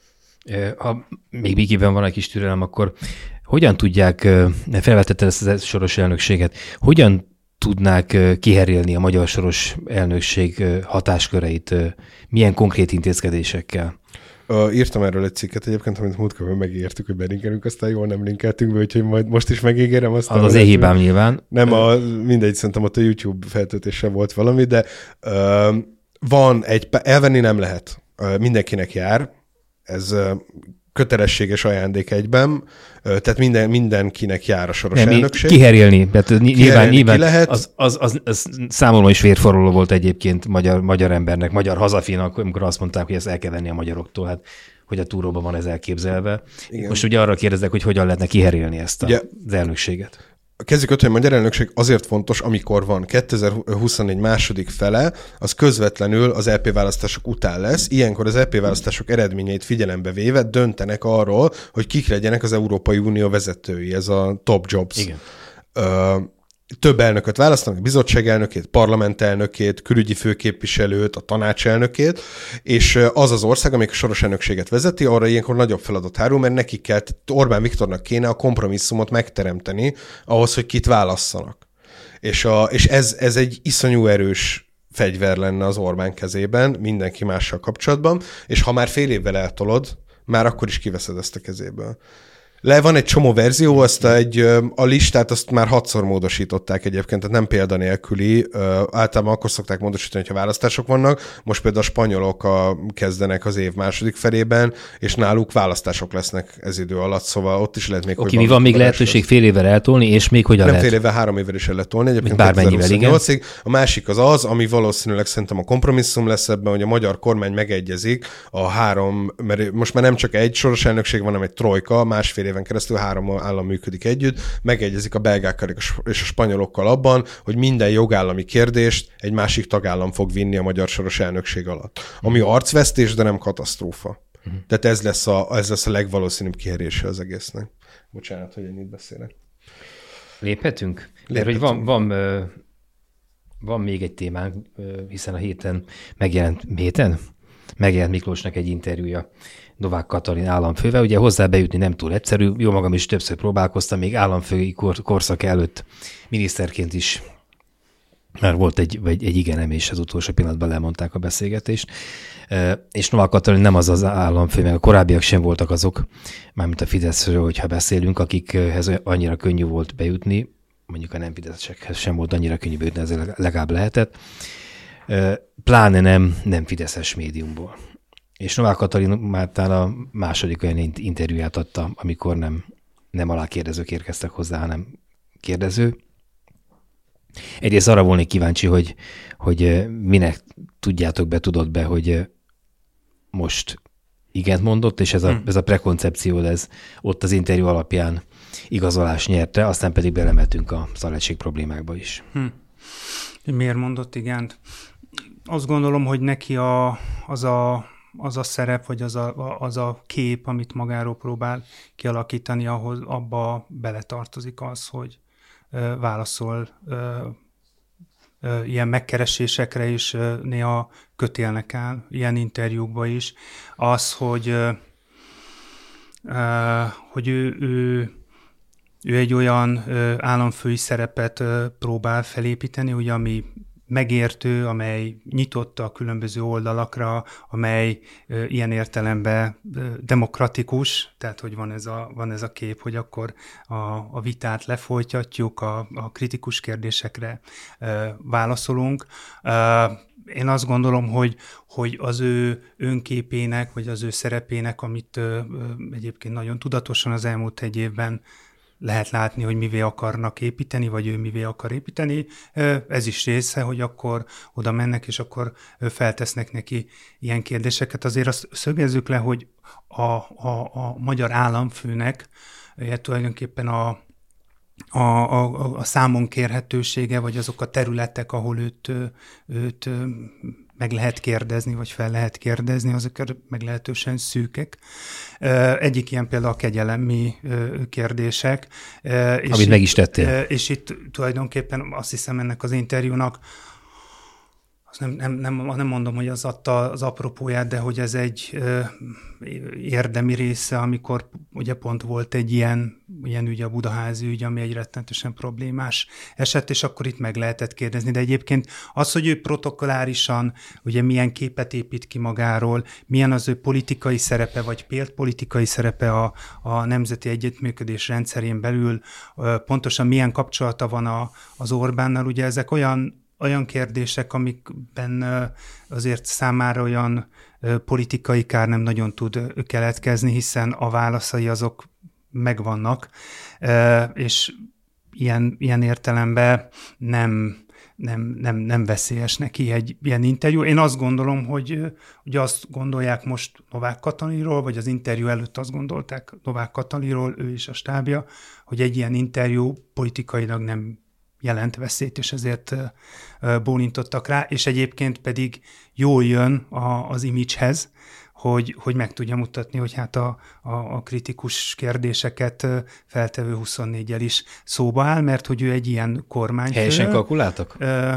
[SPEAKER 3] Ha még Bikiben van egy kis türelem, akkor hogyan tudják, felvetette ezt a soros elnökséget, hogyan tudnák kiherélni a magyar soros elnökség hatásköreit, milyen konkrét intézkedésekkel?
[SPEAKER 2] Uh, írtam erről egy cikket egyébként, amit múltkor megígértük, hogy belinkelünk, aztán jól nem linkeltünk be, úgyhogy majd most is megígérem. Aztán
[SPEAKER 3] az az én hibám nyilván.
[SPEAKER 2] Nem, a, mindegy, szerintem ott a YouTube feltöltéssel volt valami, de uh, van egy, elvenni nem lehet. Uh, mindenkinek jár, ez uh, kötelességes ajándék egyben, tehát minden, mindenkinek jár a soros nem, elnökség.
[SPEAKER 3] Kiherélni, tehát nyilván, kiherélni nyilván ki lehet. Az, az, az, az számomra is vérforroló volt egyébként magyar, magyar embernek, magyar hazafinak, amikor azt mondták, hogy ezt el kell venni a magyaroktól, hát hogy a túróban van ez elképzelve. Igen. Most ugye arra kérdezek, hogy hogyan lehetne kiherélni ezt a, ugye, az elnökséget.
[SPEAKER 2] Kezdjük ott, hogy a magyar elnökség azért fontos, amikor van kétezer-huszonnégy második fele, az közvetlenül az é pé választások után lesz. Ilyenkor az é pé választások eredményeit figyelembe véve döntenek arról, hogy kik legyenek az Európai Unió vezetői, ez a top jobs.
[SPEAKER 3] Igen.
[SPEAKER 2] Ö, több elnököt választanak, a bizottság elnökét, parlament elnökét, külügyi főképviselőt, a tanács elnökét, és az az ország, amelyik a soros elnökséget vezeti, arra ilyenkor nagyobb feladat hárul, mert neki kell, Orbán Viktornak kéne a kompromisszumot megteremteni ahhoz, hogy kit válasszanak. És, a, és ez, ez egy iszonyú erős fegyver lenne az Orbán kezében, mindenki mással kapcsolatban, és ha már fél évvel eltolod, már akkor is kiveszed ezt a kezéből. Le van egy csomó verzió, azt egy, a listát azt már hatszor módosították egyébként, tehát nem példanélküli. Általában akkor szokták módosítani, hogyha választások vannak. Most például a spanyolok a, kezdenek az év második felében, és náluk választások lesznek ez idő alatt, szóval ott is lehet még...
[SPEAKER 3] Oké, mi van még lehetőség fél évvel eltolni, és még hogyan
[SPEAKER 2] nem
[SPEAKER 3] lehet?
[SPEAKER 2] Nem fél évvel, három évvel is el lehet tolni, egyébként
[SPEAKER 3] bármennyivel, igen.
[SPEAKER 2] A másik az az, ami valószínűleg szerintem a kompromisszum lesz ebben, hogy a magyar kormány megegyezik a három, mert most már nem csak egy soros elnökség van, hanem egy trojka, másfél éven keresztül három állam működik együtt, megegyezik a belgákkal és a spanyolokkal abban, hogy minden jogállami kérdést egy másik tagállam fog vinni a magyar soros elnökség alatt. Ami arcvesztés, de nem katasztrófa. Uh-huh. Tehát ez lesz, a, ez lesz a legvalószínűbb kiherése az egésznek. Bocsánat, hogy ennyit beszélek.
[SPEAKER 3] Léphetünk? Léphetünk. Mert hogy van, van Van még egy témánk, hiszen a héten megjelent, héten? Megjelent Miklósnak egy interjúja Novák Katalin államfővel. Ugye hozzá bejutni nem túl egyszerű, jó magam is többször próbálkoztam, még államfői kor, korszak előtt miniszterként is már volt egy, vagy egy igenem, és az utolsó pillanatban lemondták a beszélgetést. És Novák Katalin nem az az államfő, meg a korábbiak sem voltak azok, mármint a Fideszről, hogyha beszélünk, akikhez annyira könnyű volt bejutni, mondjuk a nem fideszesekhez sem volt annyira könnyű bejutni, ez legalább lehetett, pláne nem, nem fideszes médiumból. És Novák Katalin már talán a második olyan interjúját adta, amikor nem, nem alákérdezők érkeztek hozzá, hanem kérdező. Egyrészt arra volnék kíváncsi, hogy, hogy minek tudjátok be, tudod be, hogy most igent mondott, és ez a, hmm. ez a prekoncepció, ez ott az interjú alapján igazolás nyerte, aztán pedig belemetünk a szaletség problémákba is.
[SPEAKER 4] Hmm. Miért mondott igent? Azt gondolom, hogy neki a, az, a, az a szerep, vagy az a, az a kép, amit magáról próbál kialakítani, ahhoz abba beletartozik az, hogy ö, válaszol ö, ö, ilyen megkeresésekre is ö, néha kötélnek el, ilyen interjúkba is. Az, hogy, ö, ö, hogy ő, ő Ő egy olyan ö, államfői szerepet ö, próbál felépíteni, ugye, ami megértő, amely nyitott a különböző oldalakra, amely ö, ilyen értelemben ö, demokratikus, tehát hogy van ez a, van ez a kép, hogy akkor a, a vitát lefolytatjuk, a, a kritikus kérdésekre ö, válaszolunk. Ö, Én azt gondolom, hogy, hogy az ő önképének, vagy az ő szerepének, amit ö, ö, egyébként nagyon tudatosan az elmúlt egy évben lehet látni, hogy mivé akarnak építeni, vagy ő mivé akar építeni. Ez is része, hogy akkor oda mennek, és akkor feltesznek neki ilyen kérdéseket. Azért azt szögezzük le, hogy a, a, a magyar államfőnek tulajdonképpen a, a, a, a számon kérhetősége, vagy azok a területek, ahol őt, őt meg lehet kérdezni, vagy fel lehet kérdezni, azok meglehetősen szűkek. Egyik ilyen például a kegyelemi kérdések.
[SPEAKER 3] Amit és meg is tettél.
[SPEAKER 4] És itt tulajdonképpen azt hiszem ennek az interjúnak, azt nem, nem, nem, nem mondom, hogy az adta az apropóját, de hogy ez egy ö, érdemi része, amikor ugye pont volt egy ilyen, ilyen ügy, a Budaházi ügy, ami egy rettenetesen problémás eset, és akkor itt meg lehetett kérdezni. De egyébként az, hogy ő protokollárisan ugye milyen képet épít ki magáról, milyen az ő politikai szerepe, vagy péltpolitikai szerepe a, a nemzeti együttműködés rendszerén belül, ö, pontosan milyen kapcsolata van a, az Orbánnal, ugye ezek olyan olyan kérdések, amikben azért számára olyan politikai kár nem nagyon tud keletkezni, hiszen a válaszai azok megvannak, és ilyen, ilyen értelemben nem, nem, nem, nem veszélyes neki egy ilyen interjú. Én azt gondolom, hogy ugye azt gondolják most Novák Katalinról, vagy az interjú előtt azt gondolták Novák Katalinról, ő és a stábja, hogy egy ilyen interjú politikailag nem jelent veszélyt, és ezért bólintottak rá, és egyébként pedig jól jön a, az image-hez, hogy, hogy meg tudja mutatni, hogy hát a, a, a kritikus kérdéseket feltevő huszonnégyel is szóba áll, mert hogy ő egy ilyen kormányfő.
[SPEAKER 3] Helyesen kalkuláltak?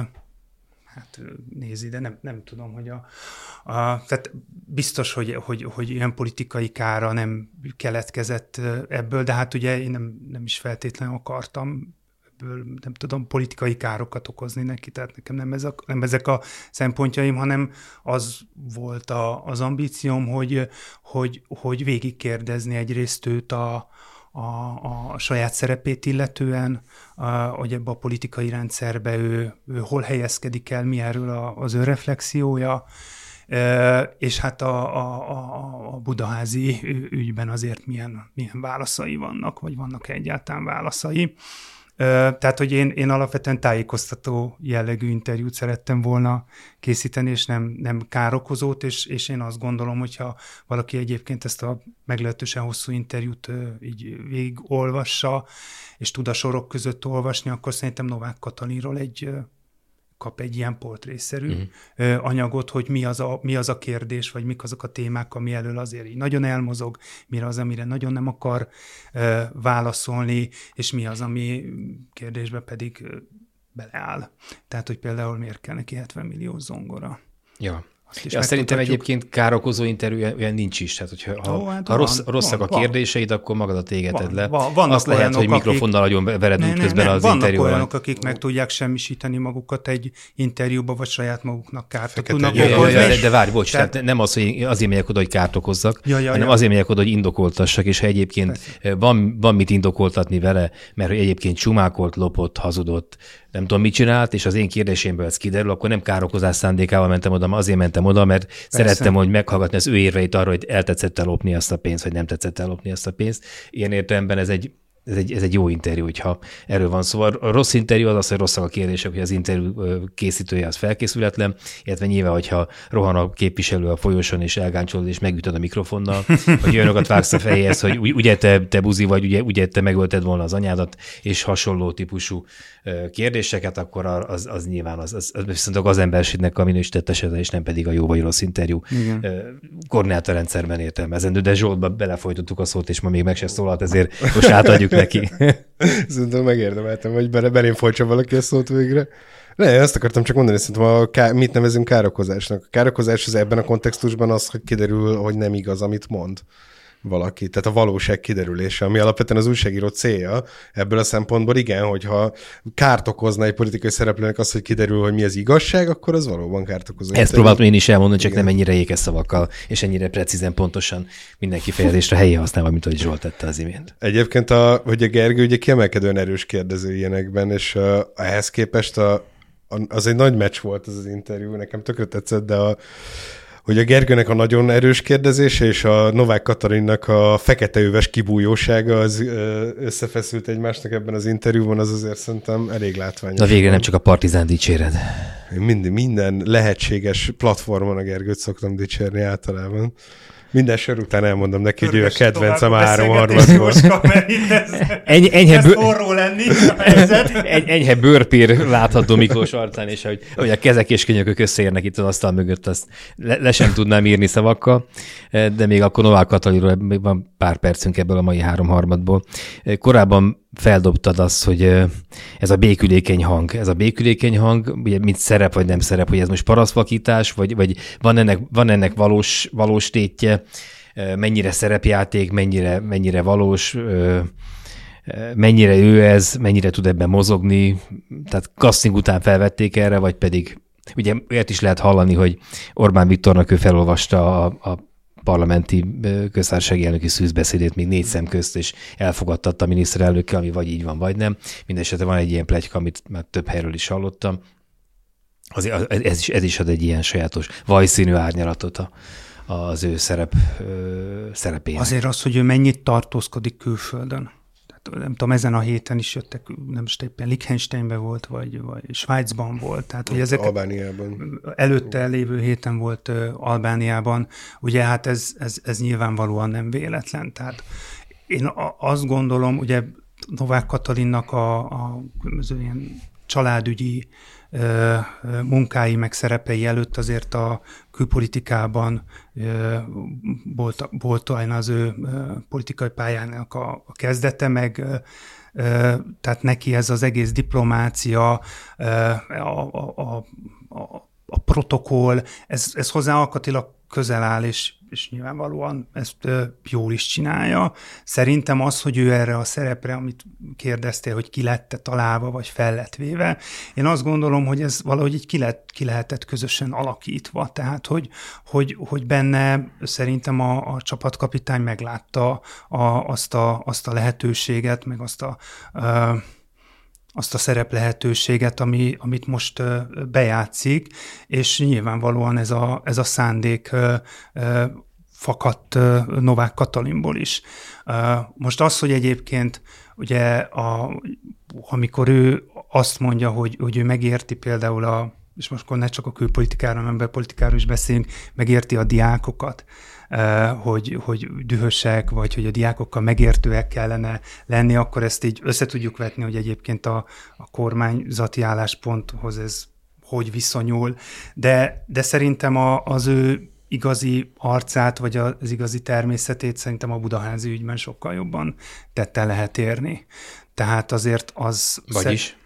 [SPEAKER 4] Hát nézi, de nem, nem tudom, hogy a, a tehát biztos, hogy, hogy, hogy ilyen politikai kára nem keletkezett ebből, de hát ugye én nem, nem is feltétlenül akartam nem tudom, politikai károkat okozni neki, tehát nekem nem, ez a, nem ezek a szempontjaim, hanem az volt a, az ambícióm, hogy, hogy, hogy végigkérdezni egyrészt őt a, a, a saját szerepét illetően, a, hogy ebbe a politikai rendszerbe ő, ő hol helyezkedik el, mi erről a, az ő reflexiója, és hát a, a, a Budaházi ügyben azért milyen, milyen válaszai vannak, vagy vannak egyáltalán válaszai. Tehát, hogy én, én alapvetően tájékoztató jellegű interjút szerettem volna készíteni, és nem, nem károkozót, és, és én azt gondolom, hogyha valaki egyébként ezt a meglehetősen hosszú interjút így végigolvassa, és tud a sorok között olvasni, akkor szerintem Novák Katalinról egy kap egy ilyen portrészerű uh-huh. anyagot, hogy mi az, a, mi az a kérdés, vagy mik azok a témák, ami elől azért így nagyon elmozog, mi az, amire nagyon nem akar uh, válaszolni, és mi az, ami kérdésben pedig uh, beleáll. Tehát, hogy például miért kell neki hetven millió zongora.
[SPEAKER 3] Ja. Ja, szerintem egyébként károkozó interjú olyan nincs is. Tehát, hogyha ha, Ó, hát ha rossz, van, rosszak van, a kérdéseid, van. Akkor magadat égeted van, le. Van, vannak Azt lehet, hogy mikrofonnal nagyon vered út közben az
[SPEAKER 4] vannak
[SPEAKER 3] interjúval.
[SPEAKER 4] Vannak olyanok, akik meg tudják semmisíteni magukat egy interjúba, vagy saját maguknak kárt
[SPEAKER 3] tudnak ja, okozni. Ja, ja, de várj, bocs, tehát, tehát nem az, hogy azért megyek oda, hogy kárt okozzak, ja, ja, hanem ja. azért megyek oda, hogy indokoltassak, és ha egyébként van, van mit indokoltatni vele, mert hogy egyébként csumákolt, lopott, hazudott, nem tudom, mit csinált, és az én kérdésemből ez kiderül, akkor nem károkozás szándékával mentem oda, azért mentem oda, mert Persze. szerettem, hogy meghallgatni az ő érveit arra, hogy eltetszett ellopni azt a pénzt, vagy nem tetszett ellopni azt a pénzt. Ilyen értelemben ez egy, ez egy, ez egy jó interjú, hogyha erről van szó. A rossz interjú az az, hogy rosszak a kérdések, hogy az interjú készítője az felkészületlen, illetve nyilván, hogyha rohan a képviselő a folyosón, és elgáncsolod, és megütöd a mikrofonnal, vagy olyanokat vágsz a fejéhez, hogy ugye te, te buzi vagy, ugye, ugye te megölted volna az anyádat, és hasonló típusú kérdéseket, akkor az, az nyilván az, az, az viszont a gazemberségnek a minősített esete, és nem pedig a jó vagy rossz interjú. Koordinátorrendszerben értelmezendő, de Zsoltba belefolytottuk a szót, és ma még meg se szólalt, ezért most átadjuk neki.
[SPEAKER 2] Szerintem megérdemeltem, hogy bele, belém folytsa valaki a szót végre. Ne, azt akartam csak mondani, szerintem a ká- mit nevezünk károkozásnak. A károkozás az ebben a kontextusban az, hogy kiderül, hogy nem igaz, amit mond valaki. Tehát a valóság kiderülése, ami alapvetően az újságíró célja. Ebből a szempontból igen, hogyha kárt okozna egy politikai szereplőnek az, hogy kiderül, hogy mi az igazság, akkor az valóban kárt okozó.
[SPEAKER 3] Ezt próbáltam én is elmondani, csak igen. nem ennyire ékes szavakkal, és ennyire precízen, pontosan minden kifejezésre helyén használva, mint ahogy Zsolt tette az imént.
[SPEAKER 2] Egyébként, a, hogy a Gergő ugye kiemelkedően erős kérdező ilyenekben, és uh, ehhez képest a, a, az egy nagy meccs volt ez az interjú, nekem tökre tetszett, de a hogy a Gergőnek a nagyon erős kérdezése és a Novák Katalinnak a feketeöves kibújósága az összefeszült egymásnak ebben az interjúban, az azért szerintem elég látványos.
[SPEAKER 3] Na végre nem csak a Partizán dicséred.
[SPEAKER 2] Én minden, minden lehetséges platformon a Gergőt szoktam dicsérni általában. Minden sor után elmondom neki, hogy ő a kedvencem három harmadból.
[SPEAKER 3] Eny, enyhe, bő... Eny, enyhe bőrpír látható Miklós arcán, és hogy, hogy a kezek és könyökök összeérnek itt az asztal mögött, azt le, le sem tudnám írni szavakkal, de még akkor Novák Katalinról még van pár percünk ebből a mai háromharmadból. Korábban feldobtad azt, hogy ez a békülékeny hang, ez a békülékeny hang, ugye mint szerep vagy nem szerep, hogy ez most parasztvakítás, vagy, vagy van ennek, van ennek valós, valós tétje, mennyire szerepjáték, mennyire, mennyire valós, mennyire ő ez, mennyire tud ebben mozogni, tehát casting után felvették erre, vagy pedig, ugye olyat is lehet hallani, hogy Orbán Viktornak ő felolvasta a, a parlamenti köztársasági elnöki szűzbeszédét még négy szem közt, és elfogadtatta a miniszterelnökkel, ami vagy így van, vagy nem. Mindenesetre van egy ilyen pletyka, amit már több helyről is hallottam. Azért ez is, ez is ad egy ilyen sajátos vajszínű árnyalatot a, az ő szerep, szerepének.
[SPEAKER 4] Azért az, hogy ő mennyit tartózkodik külföldön. Nem tudom, ezen a héten is jöttek, nem is éppen Liechtensteinben volt, vagy, vagy Svájcban volt. Tehát, hogy ezek
[SPEAKER 2] Albániában.
[SPEAKER 4] Előtte lévő héten volt uh, Albániában. Ugye hát ez, ez, ez nyilvánvalóan nem véletlen. Tehát én a, azt gondolom, ugye Novák Katalinnak a, a ilyen családügyi uh, munkái meg szerepei előtt azért a külpolitikában uh, volt, volt az ő uh, politikai pályának a, a kezdete, meg uh, uh, tehát neki ez az egész diplomácia, uh, a, a, a, a, a protokoll, ez, ez hozzá alkatilag közel áll, és, és nyilvánvalóan ezt jól is csinálja. Szerintem az, hogy ő erre a szerepre, amit kérdeztél, hogy ki lett találva, vagy fel lett véve, én azt gondolom, hogy ez valahogy így ki, lett, ki lehetett közösen alakítva. Tehát, hogy, hogy, hogy benne szerintem a, a csapatkapitány meglátta a, azt, a, azt a lehetőséget, meg azt a... a azt a szerep lehetőséget, ami, amit most uh, bejátszik, és nyilvánvalóan ez a, ez a szándék uh, uh, fakadt uh, Novák Katalinból is. Uh, most az, hogy egyébként ugye a, amikor ő azt mondja, hogy, hogy ő megérti például a, és most akkor ne csak a külpolitikára, hanem belpolitikáról is beszélünk, megérti a diákokat, hogy, hogy dühösek, vagy hogy a diákokkal megértőek kellene lenni, akkor ezt így össze tudjuk vetni, hogy egyébként a, a kormányzati állásponthoz ez hogy viszonyul. De, de szerintem a, az ő igazi arcát, vagy az igazi természetét szerintem a budaházi ügyben sokkal jobban tetten lehet érni. Tehát azért az...
[SPEAKER 3] Vagyis?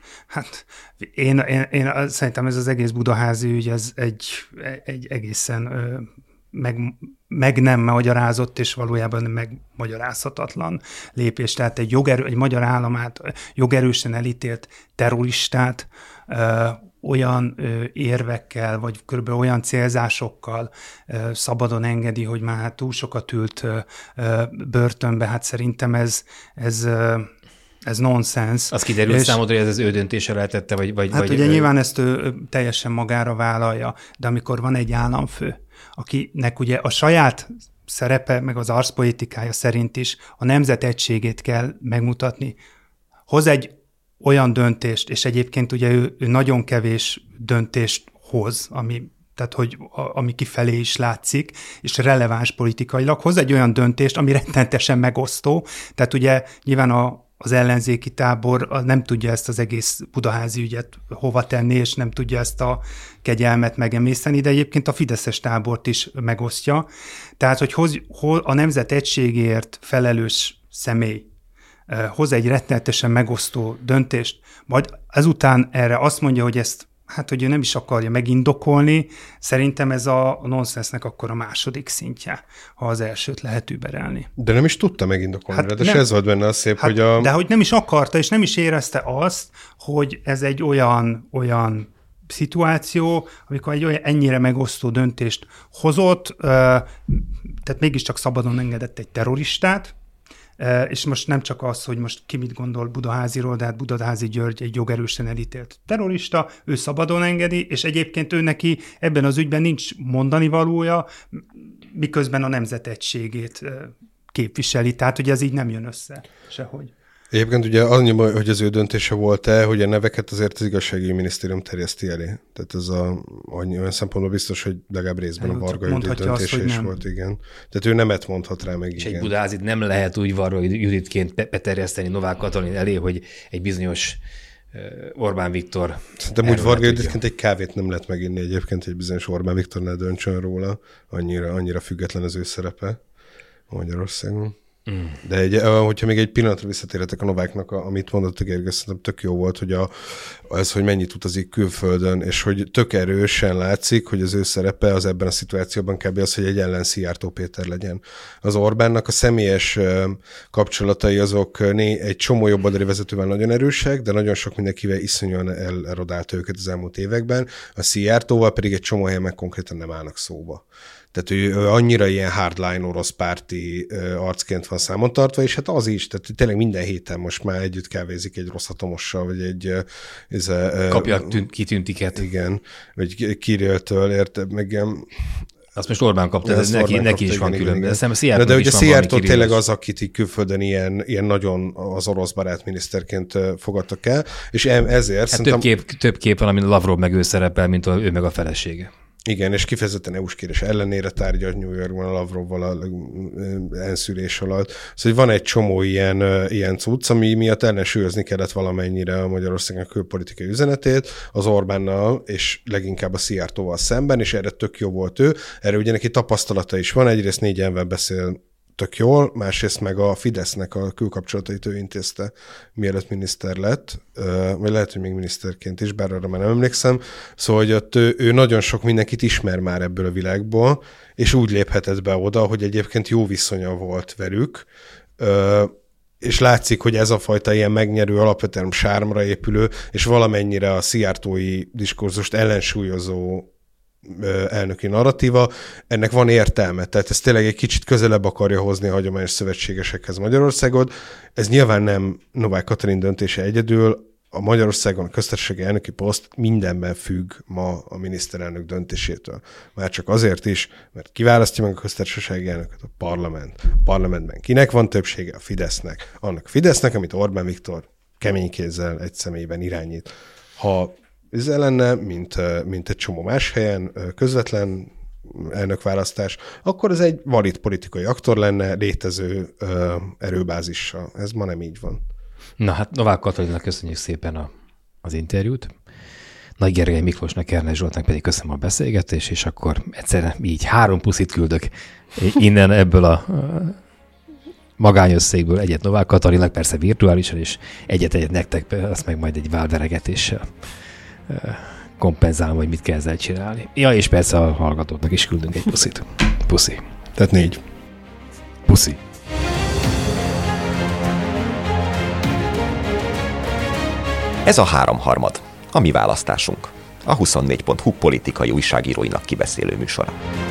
[SPEAKER 4] Hát én, én, én szerintem ez az egész budaházi ügy, ez egy, egy egészen meg, meg nem magyarázott, és valójában megmagyarázhatatlan lépés. Tehát egy, jogerő, egy magyar államát, jogerősen elítélt terroristát ö, olyan ö, érvekkel, vagy körülbelül olyan célzásokkal ö, szabadon engedi, hogy már hát túl sokat ült ö, ö, börtönbe. Hát szerintem ez, ez ö, ez nonsens.
[SPEAKER 3] Az kiderült és számodra, hogy ez az ő döntése lehetette, vagy... vagy
[SPEAKER 4] hát
[SPEAKER 3] vagy
[SPEAKER 4] ugye
[SPEAKER 3] ő...
[SPEAKER 4] nyilván ezt ő teljesen magára vállalja, de amikor van egy államfő, akinek ugye a saját szerepe, meg az arszpolitikája szerint is a nemzet egységét kell megmutatni, hoz egy olyan döntést, és egyébként ugye ő, ő nagyon kevés döntést hoz, ami, tehát hogy a, ami kifelé is látszik, és releváns politikailag, hoz egy olyan döntést, ami rettenetesen megosztó, tehát ugye nyilván a az ellenzéki tábor nem tudja ezt az egész budaházi ügyet hova tenni, és nem tudja ezt a kegyelmet megemészteni, de egyébként a fideszes tábort is megosztja. Tehát, hogy hoz, a nemzet egységért felelős személy hoz egy rettenetesen megosztó döntést, majd ezután erre azt mondja, hogy ezt hát, hogy ő nem is akarja megindokolni, szerintem ez a nonsensnek akkor a második szintje, ha az elsőt lehet überelni.
[SPEAKER 2] De nem is tudta megindokolni, hát de ez volt benne a szép, hát, hogy a...
[SPEAKER 4] De hogy nem is akarta, és nem is érezte azt, hogy ez egy olyan, olyan szituáció, amikor egy olyan ennyire megosztó döntést hozott, tehát mégiscsak szabadon engedett egy terroristát, és most nem csak az, hogy most ki mit gondol Budaháziról, de hát Budaházi György egy jogerősen elítélt terrorista, ő szabadon engedi, és egyébként ő neki ebben az ügyben nincs mondani valója, miközben a nemzet egységét képviseli. Tehát, hogy ez így nem jön össze sehogy.
[SPEAKER 2] Egyébként ugye annyi, hogy az ő döntése volt-e, hogy a neveket azért az igazságügyi minisztérium terjeszti elé. Tehát ez a, olyan szempontból biztos, hogy legalább részben a Varga Judit döntése is volt, igen. Tehát ő nemet mondhat rá meg,
[SPEAKER 3] és
[SPEAKER 2] igen.
[SPEAKER 3] És egy Budaházit nem lehet úgy Varga Juditként beterjeszteni Novák Katalin elé, hogy egy bizonyos Orbán Viktor...
[SPEAKER 2] Szerintem úgy Varga Juditként egy kávét nem lehet meginni egyébként, egy bizonyos Orbán Viktor ne döntsön róla. Annyira, annyira független az ő szerepe Magyarországon. Mm. De egy, hogyha még egy pillanatra visszatérhetek a Nováknak, amit mondott a Gergely, szerintem tök jó volt, hogy a, ez, hogy mennyit utazik külföldön, és hogy tök erősen látszik, hogy az ő szerepe az ebben a szituációban kb. Az, hogy egy ellen Szijjártó Péter legyen. Az Orbánnak a személyes kapcsolatai azok egy csomó jobboldali vezetővel nagyon erősek, de nagyon sok mindenkivel iszonyúan elerodálta őket az elmúlt években. A Szijjártóval pedig egy csomó helyen meg konkrétan nem állnak szóba. Tehát ő, ő annyira ilyen hardline orosz párti arcként van számon tartva, és hát az is, tehát tényleg minden héten most már együtt kávézik egy rossz atomossal, vagy egy... Ez,
[SPEAKER 3] kapja tűnt, kitüntiket.
[SPEAKER 2] Igen, vagy Kirilltől, érted, meg...
[SPEAKER 3] Azt most Orbán kapta, ez neki, neki kapta, is van külön. De,
[SPEAKER 2] de, de ugye Szijjártó tényleg az, akit így külföldön ilyen, ilyen nagyon az orosz barát miniszterként fogadtak el, és ezért...
[SPEAKER 3] Hát szerintem... több, kép, több kép van, amin Lavrov meg ő szerepel, mint ő meg a felesége.
[SPEAKER 2] Igen, és kifejezetten é u-s kérés ellenére tárgyalt New Yorkban a Lavrovval a enszülés alatt. Szóval van egy csomó ilyen, ilyen cucc, ami miatt ellensúlyozni kellett valamennyire a Magyarországnak külpolitikai üzenetét az Orbánnal, és leginkább a Szijjártóval szemben, és erre tök jó volt ő. Erre ugye neki tapasztalata is van, egyrészt négy nyelven beszél tök jól, másrészt meg a Fidesznek a külkapcsolatait ő intézte, mielőtt miniszter lett, vagy lehet, hogy még miniszterként is, bár arra már nem emlékszem. Szóval, hogy ott ő, ő nagyon sok mindenkit ismer már ebből a világból, és úgy léphetett be oda, hogy egyébként jó viszonya volt velük, és látszik, hogy ez a fajta ilyen megnyerő, alapvetően sármra épülő, és valamennyire a szijjártói diskurzust ellensúlyozó elnöki narratíva, ennek van értelme, tehát ez tényleg egy kicsit közelebb akarja hozni a hagyományos szövetségesekhez Magyarországot. Ez nyilván nem Novák Katalin döntése egyedül, a Magyarországon a köztársasági elnöki poszt mindenben függ ma a miniszterelnök döntésétől. Már csak azért is, mert kiválasztja meg a köztársasági elnököt a parlament. A parlamentben kinek van többsége? A Fidesznek. Annak a Fidesznek, amit Orbán Viktor kemény kézzel egy személyben irányít. Ha ez lenne, mint, mint egy csomó más helyen, közvetlen elnökválasztás, akkor ez egy valid politikai aktor lenne, létező ö, erőbázissal. Ez ma nem így van.
[SPEAKER 3] Na hát Novák Katalinnak köszönjük szépen a, az interjút. Nagy Gergely Miklósnak, Ernest Zsoltnak pedig köszönöm a beszélgetést, és akkor egyszerűen így három puszit küldök innen ebből a magányösszégből egyet Novák Katalinnak, persze virtuálisan, és egyet-egyet nektek, azt meg majd egy válveregetéssel kompenzálom, hogy mit kell ezzel csinálni. Ja, és persze a hallgatóknak is küldünk egy puszit. Puszi.
[SPEAKER 2] Tehát négy.
[SPEAKER 3] Puszi.
[SPEAKER 1] Ez a háromharmad, a mi választásunk, a huszonnégy pont hu politikai újságíróinak kibeszélő műsora.